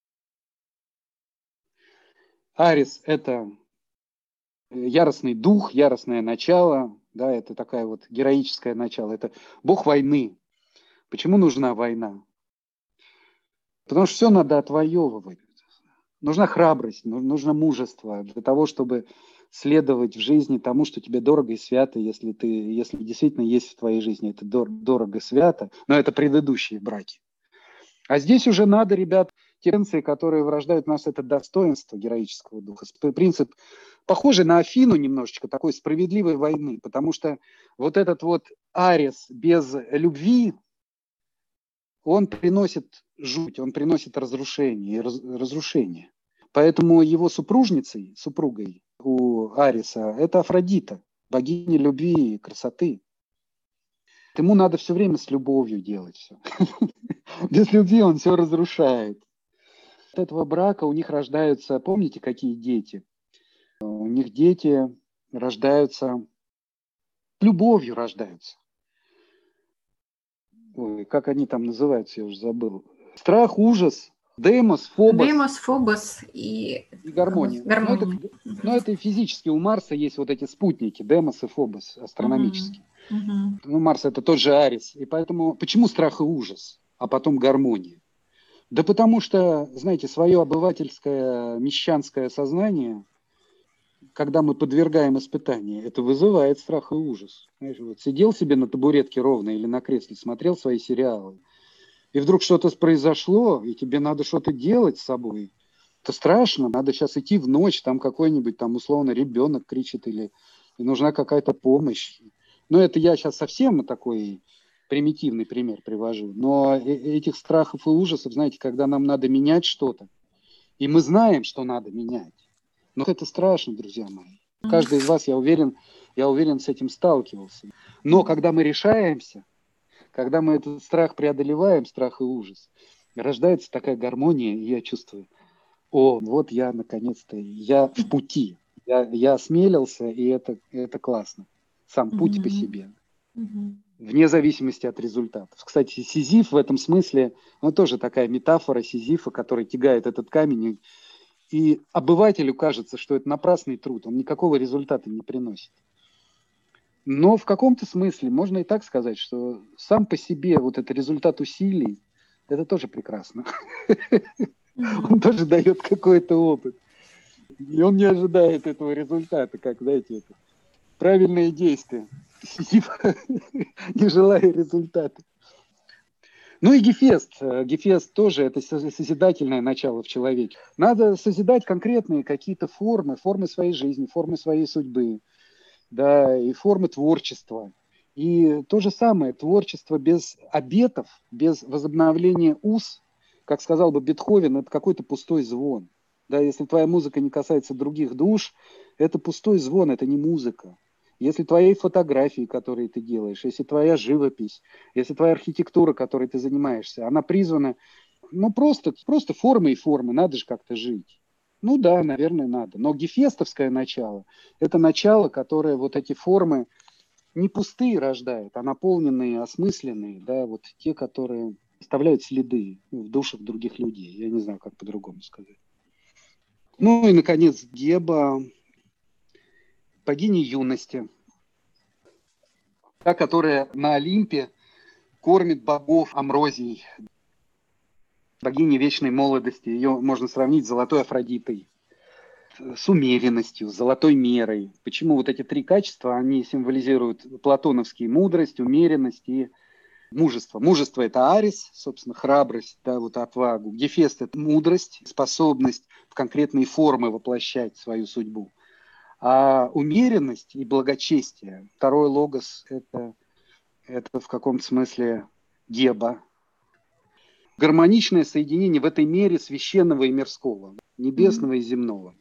Арес – это яростный дух, яростное начало, да, это такая вот героическое начало, это бог войны. Почему нужна война? Потому что все надо отвоевывать. Нужна храбрость, нужно мужество для того, чтобы следовать в жизни тому, что тебе дорого и свято, если действительно есть в твоей жизни это дорого и свято, но это предыдущие браки. А здесь уже надо, ребят, тенденции, которые врождают в нас, это достоинство героического духа. Принцип похожий на Афину немножечко, такой справедливой войны, потому что вот этот вот Арес без любви, он приносит жуть, он приносит разрушение. Поэтому его супругой у Ареса, это Афродита, богиня любви и красоты. Ему надо все время с любовью делать все. Без любви он все разрушает. От этого брака у них рождаются, помните, какие дети? У них дети рождаются, любовью рождаются. Ой, как они там называются, я уже забыл. Страх, ужас, Деймос, Фобос. Деймос, Фобос и гармония. Но это физически. У Марса есть вот эти спутники, Деймос и Фобос, астрономические. Ну, Марс это тот же Арес. И поэтому, почему страх и ужас, а потом гармония? Да потому что, знаете, свое обывательское, мещанское сознание, когда мы подвергаем испытанию, это вызывает страх и ужас. Знаешь, вот сидел себе на табуретке ровно или на кресле, смотрел свои сериалы, и вдруг что-то произошло, и тебе надо что-то делать с собой. Это страшно, надо сейчас идти в ночь, там какой-нибудь там условно ребенок кричит, или нужна какая-то помощь. Но это я сейчас совсем такой примитивный пример привожу. Но этих страхов и ужасов, знаете, когда нам надо менять что-то, и мы знаем, что надо менять, но это страшно, друзья мои. Каждый из вас, я уверен, с этим сталкивался. Но когда мы решаемся, когда мы этот страх преодолеваем, страх и ужас, рождается такая гармония, и я чувствую, вот я наконец-то, я в пути, я осмелился, и это классно. Сам путь по себе. Вне зависимости от результатов. Кстати, Сизиф в этом смысле, тоже такая метафора Сизифа, который тягает этот камень, и обывателю кажется, что это напрасный труд, он никакого результата не приносит. Но в каком-то смысле можно и так сказать, что сам по себе вот этот результат усилий, это тоже прекрасно. Он тоже дает какой-то опыт. И он не ожидает этого результата, как, знаете, это правильные действия. Не желая результата. Ну и Гефест. Гефест тоже это созидательное начало в человеке. Надо созидать конкретные какие-то формы своей жизни, формы своей судьбы, да, и формы творчества. И то же самое, творчество без обетов, без возобновления уз, как сказал бы Бетховен, это какой-то пустой звон. Да, если твоя музыка не касается других душ, это пустой звон, это не музыка. Если твои фотографии, которые ты делаешь, если твоя живопись, если твоя архитектура, которой ты занимаешься, она призвана, ну, просто формы и формы, надо же как-то жить. Ну да, наверное, надо. Но гефестовское начало – это начало, которое вот эти формы не пустые рождает, а наполненные, осмысленные, да, вот те, которые оставляют следы в душах других людей. Я не знаю, как по-другому сказать. Ну и, наконец, Геба, богиня юности. Та, которая на Олимпе кормит богов амброзией. Богиня вечной молодости. Ее можно сравнить с золотой Афродитой. С умеренностью, с золотой мерой. Почему вот эти три качества, они символизируют платоновские мудрость, умеренность и мужество. Мужество – это Арис, собственно, храбрость, да, вот отвагу. Гефест – это мудрость, способность в конкретные формы воплощать свою судьбу. А умеренность и благочестие, второй логос – это в каком-то смысле Геба. Гармоничное соединение в этой мере священного и мирского, небесного и земного.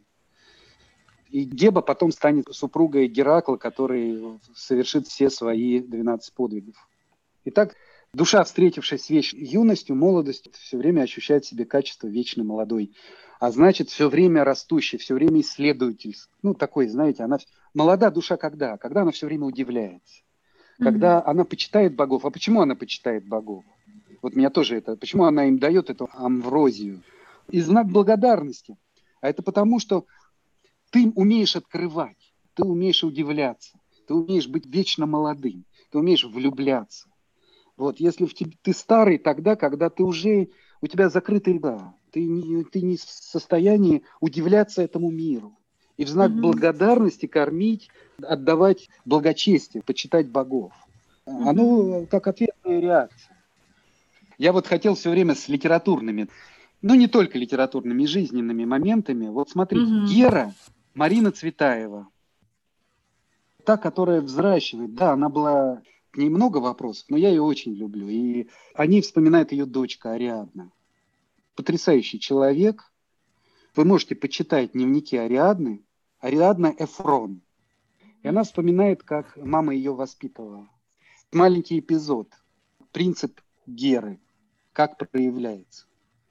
И Геба потом станет супругой Геракла, который совершит все свои 12 подвигов. Итак, душа, встретившись с вечной юностью, молодостью, все время ощущает в себе качество вечной молодой. А значит, все время растущей, все время исследовательской. Ну, такой, знаете, она молода душа когда? Когда она все время удивляется. Когда она почитает богов. А почему она почитает богов? Вот меня тоже это... Почему она им дает эту амврозию? И знак благодарности. А это потому, что ты умеешь открывать, ты умеешь удивляться, ты умеешь быть вечно молодым, ты умеешь влюбляться. Вот, если ты старый тогда, когда ты уже, у тебя закрытые глаза, ты не в состоянии удивляться этому миру. И в знак благодарности кормить, отдавать благочестие, почитать богов. Оно как ответная реакция. Я вот хотел все время с литературными, ну не только литературными, жизненными моментами. Вот смотрите, Гера, Марина Цветаева, та, которая взращивает, да, она была, к ней много вопросов, но я ее очень люблю. И о ней вспоминает ее дочка Ариадна. Потрясающий человек. Вы можете почитать дневники Ариадны. Ариадна Эфрон. И она вспоминает, как мама ее воспитывала. Маленький эпизод. Принцип Геры. Как проявляется.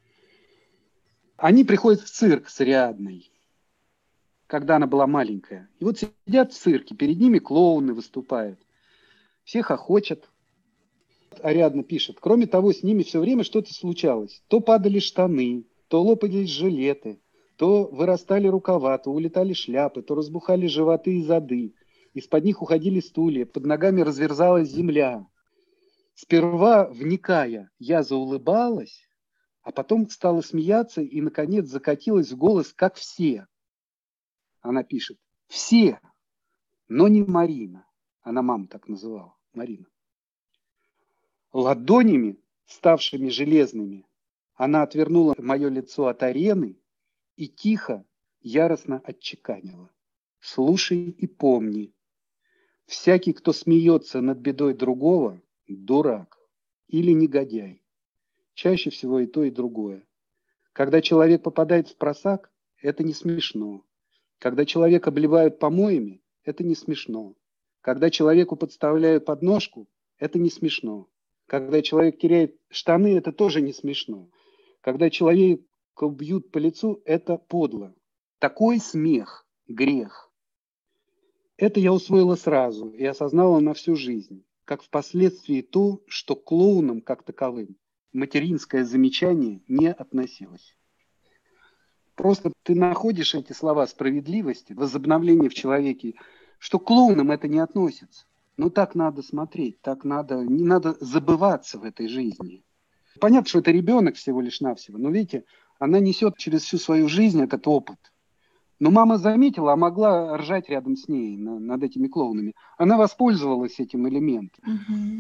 Они приходят в цирк с Ариадной, когда она была маленькая. И вот сидят в цирке, перед ними клоуны выступают. Все хохочут. Ариадна пишет. Кроме того, с ними все время что-то случалось. То падали штаны, то лопались жилеты, то вырастали рукава, то улетали шляпы, то разбухали животы и зады. Из-под них уходили стулья, под ногами разверзалась земля. Сперва, вникая, я заулыбалась, а потом стала смеяться и, наконец, закатилась в голос, как все. Она пишет, все, но не Марина. Она маму так называла, Марина. Ладонями, ставшими железными, она отвернула мое лицо от арены и тихо, яростно отчеканила. Слушай и помни, всякий, кто смеется над бедой другого, дурак или негодяй. Чаще всего и то, и другое. Когда человек попадает в просак, это не смешно. Когда человека обливают помоями, это не смешно. Когда человеку подставляют подножку, это не смешно. Когда человек теряет штаны, это тоже не смешно. Когда человека бьют по лицу, это подло. Такой смех – грех. Это я усвоила сразу и осознала на всю жизнь, как впоследствии то, что к клоунам как таковым материнское замечание не относилось. Просто ты находишь эти слова справедливости, возобновления в человеке, что к клоунам это не относится. Ну так надо смотреть, так надо, не надо забываться в этой жизни. Понятно, что это ребенок всего лишь навсего, но видите, она несет через всю свою жизнь этот опыт. Но мама заметила, а могла ржать рядом с ней над этими клоунами. Она воспользовалась этим элементом.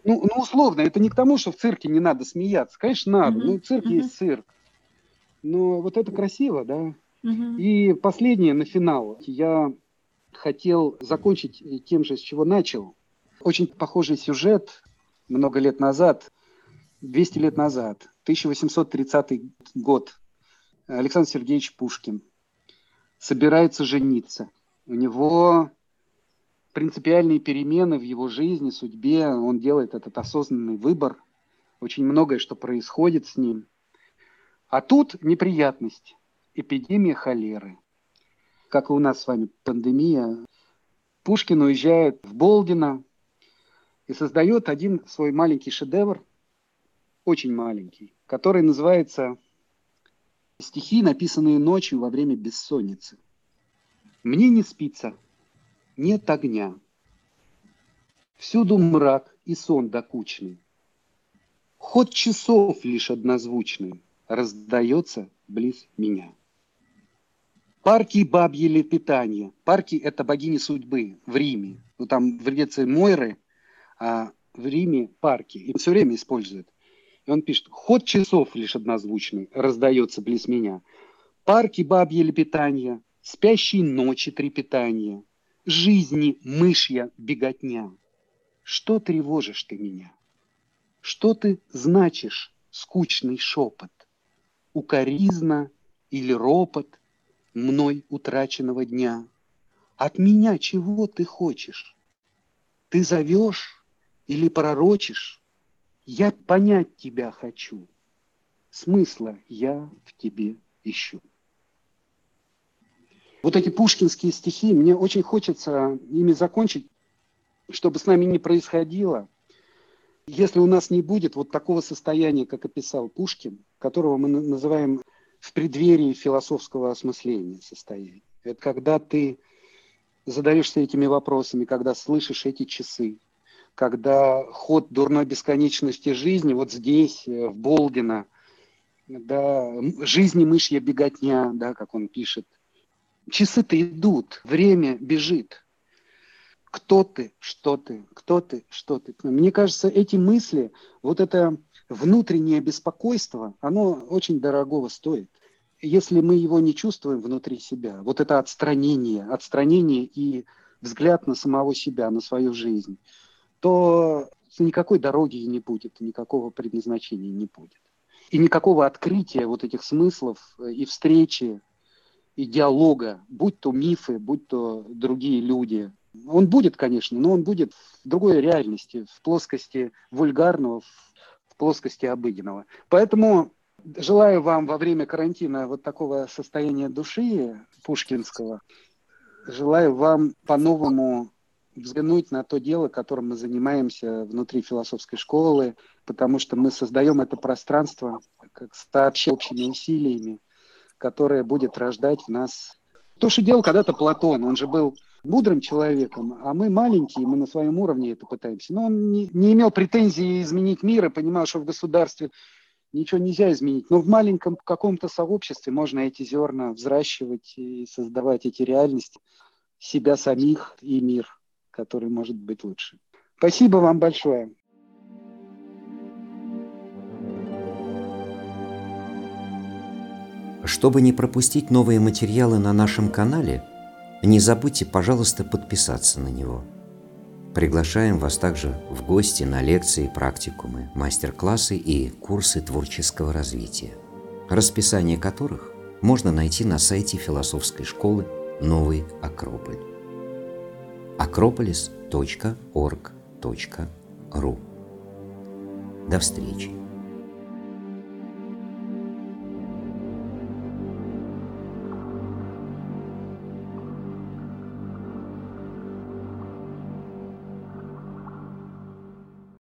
Ну, условно, это не к тому, что в цирке не надо смеяться. Конечно, надо. Ну, цирк есть цирк. Но вот это красиво, да. И последнее на финал. Я хотел закончить тем же, с чего начал. Очень похожий сюжет много лет назад, 200 лет назад, 1830 год. Александр Сергеевич Пушкин собирается жениться. У него принципиальные перемены в его жизни, судьбе. Он делает этот осознанный выбор. Очень многое, что происходит с ним. А тут неприятность. Эпидемия холеры. Как и у нас с вами пандемия. Пушкин уезжает в Болдино и создает один свой маленький шедевр, очень маленький, который называется «Стихи, написанные ночью во время бессонницы». «Мне не спится, нет огня, всюду мрак и сон докучный. Ход часов лишь однозвучный раздается близ меня. Парки бабье лепетанье». Парки – это богини судьбы в Риме. Ну, там в Греции Мойры, а в Риме парки. И все время используют. И он пишет: «Ход часов лишь однозвучный раздается близ меня. Парки бабье лепетанье, спящей ночи трепетанье, жизни мышья беготня. Что тревожишь ты меня? Что ты значишь, скучный шепот? Укоризна или ропот мной утраченного дня? От меня чего ты хочешь? Ты зовешь или пророчишь? Я понять тебя хочу. Смысла я в тебе ищу». Вот эти пушкинские стихи, мне очень хочется ими закончить, чтобы с нами не происходило, если у нас не будет вот такого состояния, как описал Пушкин, которого мы называем в преддверии философского осмысления состояния. Это когда ты задаешься этими вопросами, когда слышишь эти часы, когда ход дурной бесконечности жизни вот здесь, в Болдино, да, жизни мышья беготня, да, как он пишет. Часы-то идут, время бежит. Кто ты, что ты, кто ты, что ты. Мне кажется, эти мысли, вот это внутреннее беспокойство, оно очень дорогого стоит. Если мы его не чувствуем внутри себя, вот это отстранение и взгляд на самого себя, на свою жизнь, то никакой дороги не будет, никакого предназначения не будет. И никакого открытия вот этих смыслов и встречи, и диалога, будь то мифы, будь то другие люди. Он будет, конечно, но он будет в другой реальности, в плоскости вульгарного, в плоскости обыденного. Поэтому желаю вам во время карантина вот такого состояния души пушкинского. Желаю вам по-новому взглянуть на то дело, которым мы занимаемся внутри философской школы, потому что мы создаем это пространство как сообща общими усилиями, которое будет рождать в нас то, что делал когда-то Платон. Он же был мудрым человеком, а мы маленькие, мы на своем уровне это пытаемся. Но он не имел претензий изменить мир и понимал, что в государстве ничего нельзя изменить. Но в маленьком каком-то сообществе можно эти зерна взращивать и создавать эти реальности, себя самих и мир, который может быть лучше. Спасибо вам большое. Чтобы не пропустить новые материалы на нашем канале, не забудьте, пожалуйста, подписаться на него. Приглашаем вас также в гости на лекции, практикумы, мастер-классы и курсы творческого развития, расписание которых можно найти на сайте философской школы «Новый Акрополь» acropolis.org.ru. До встречи!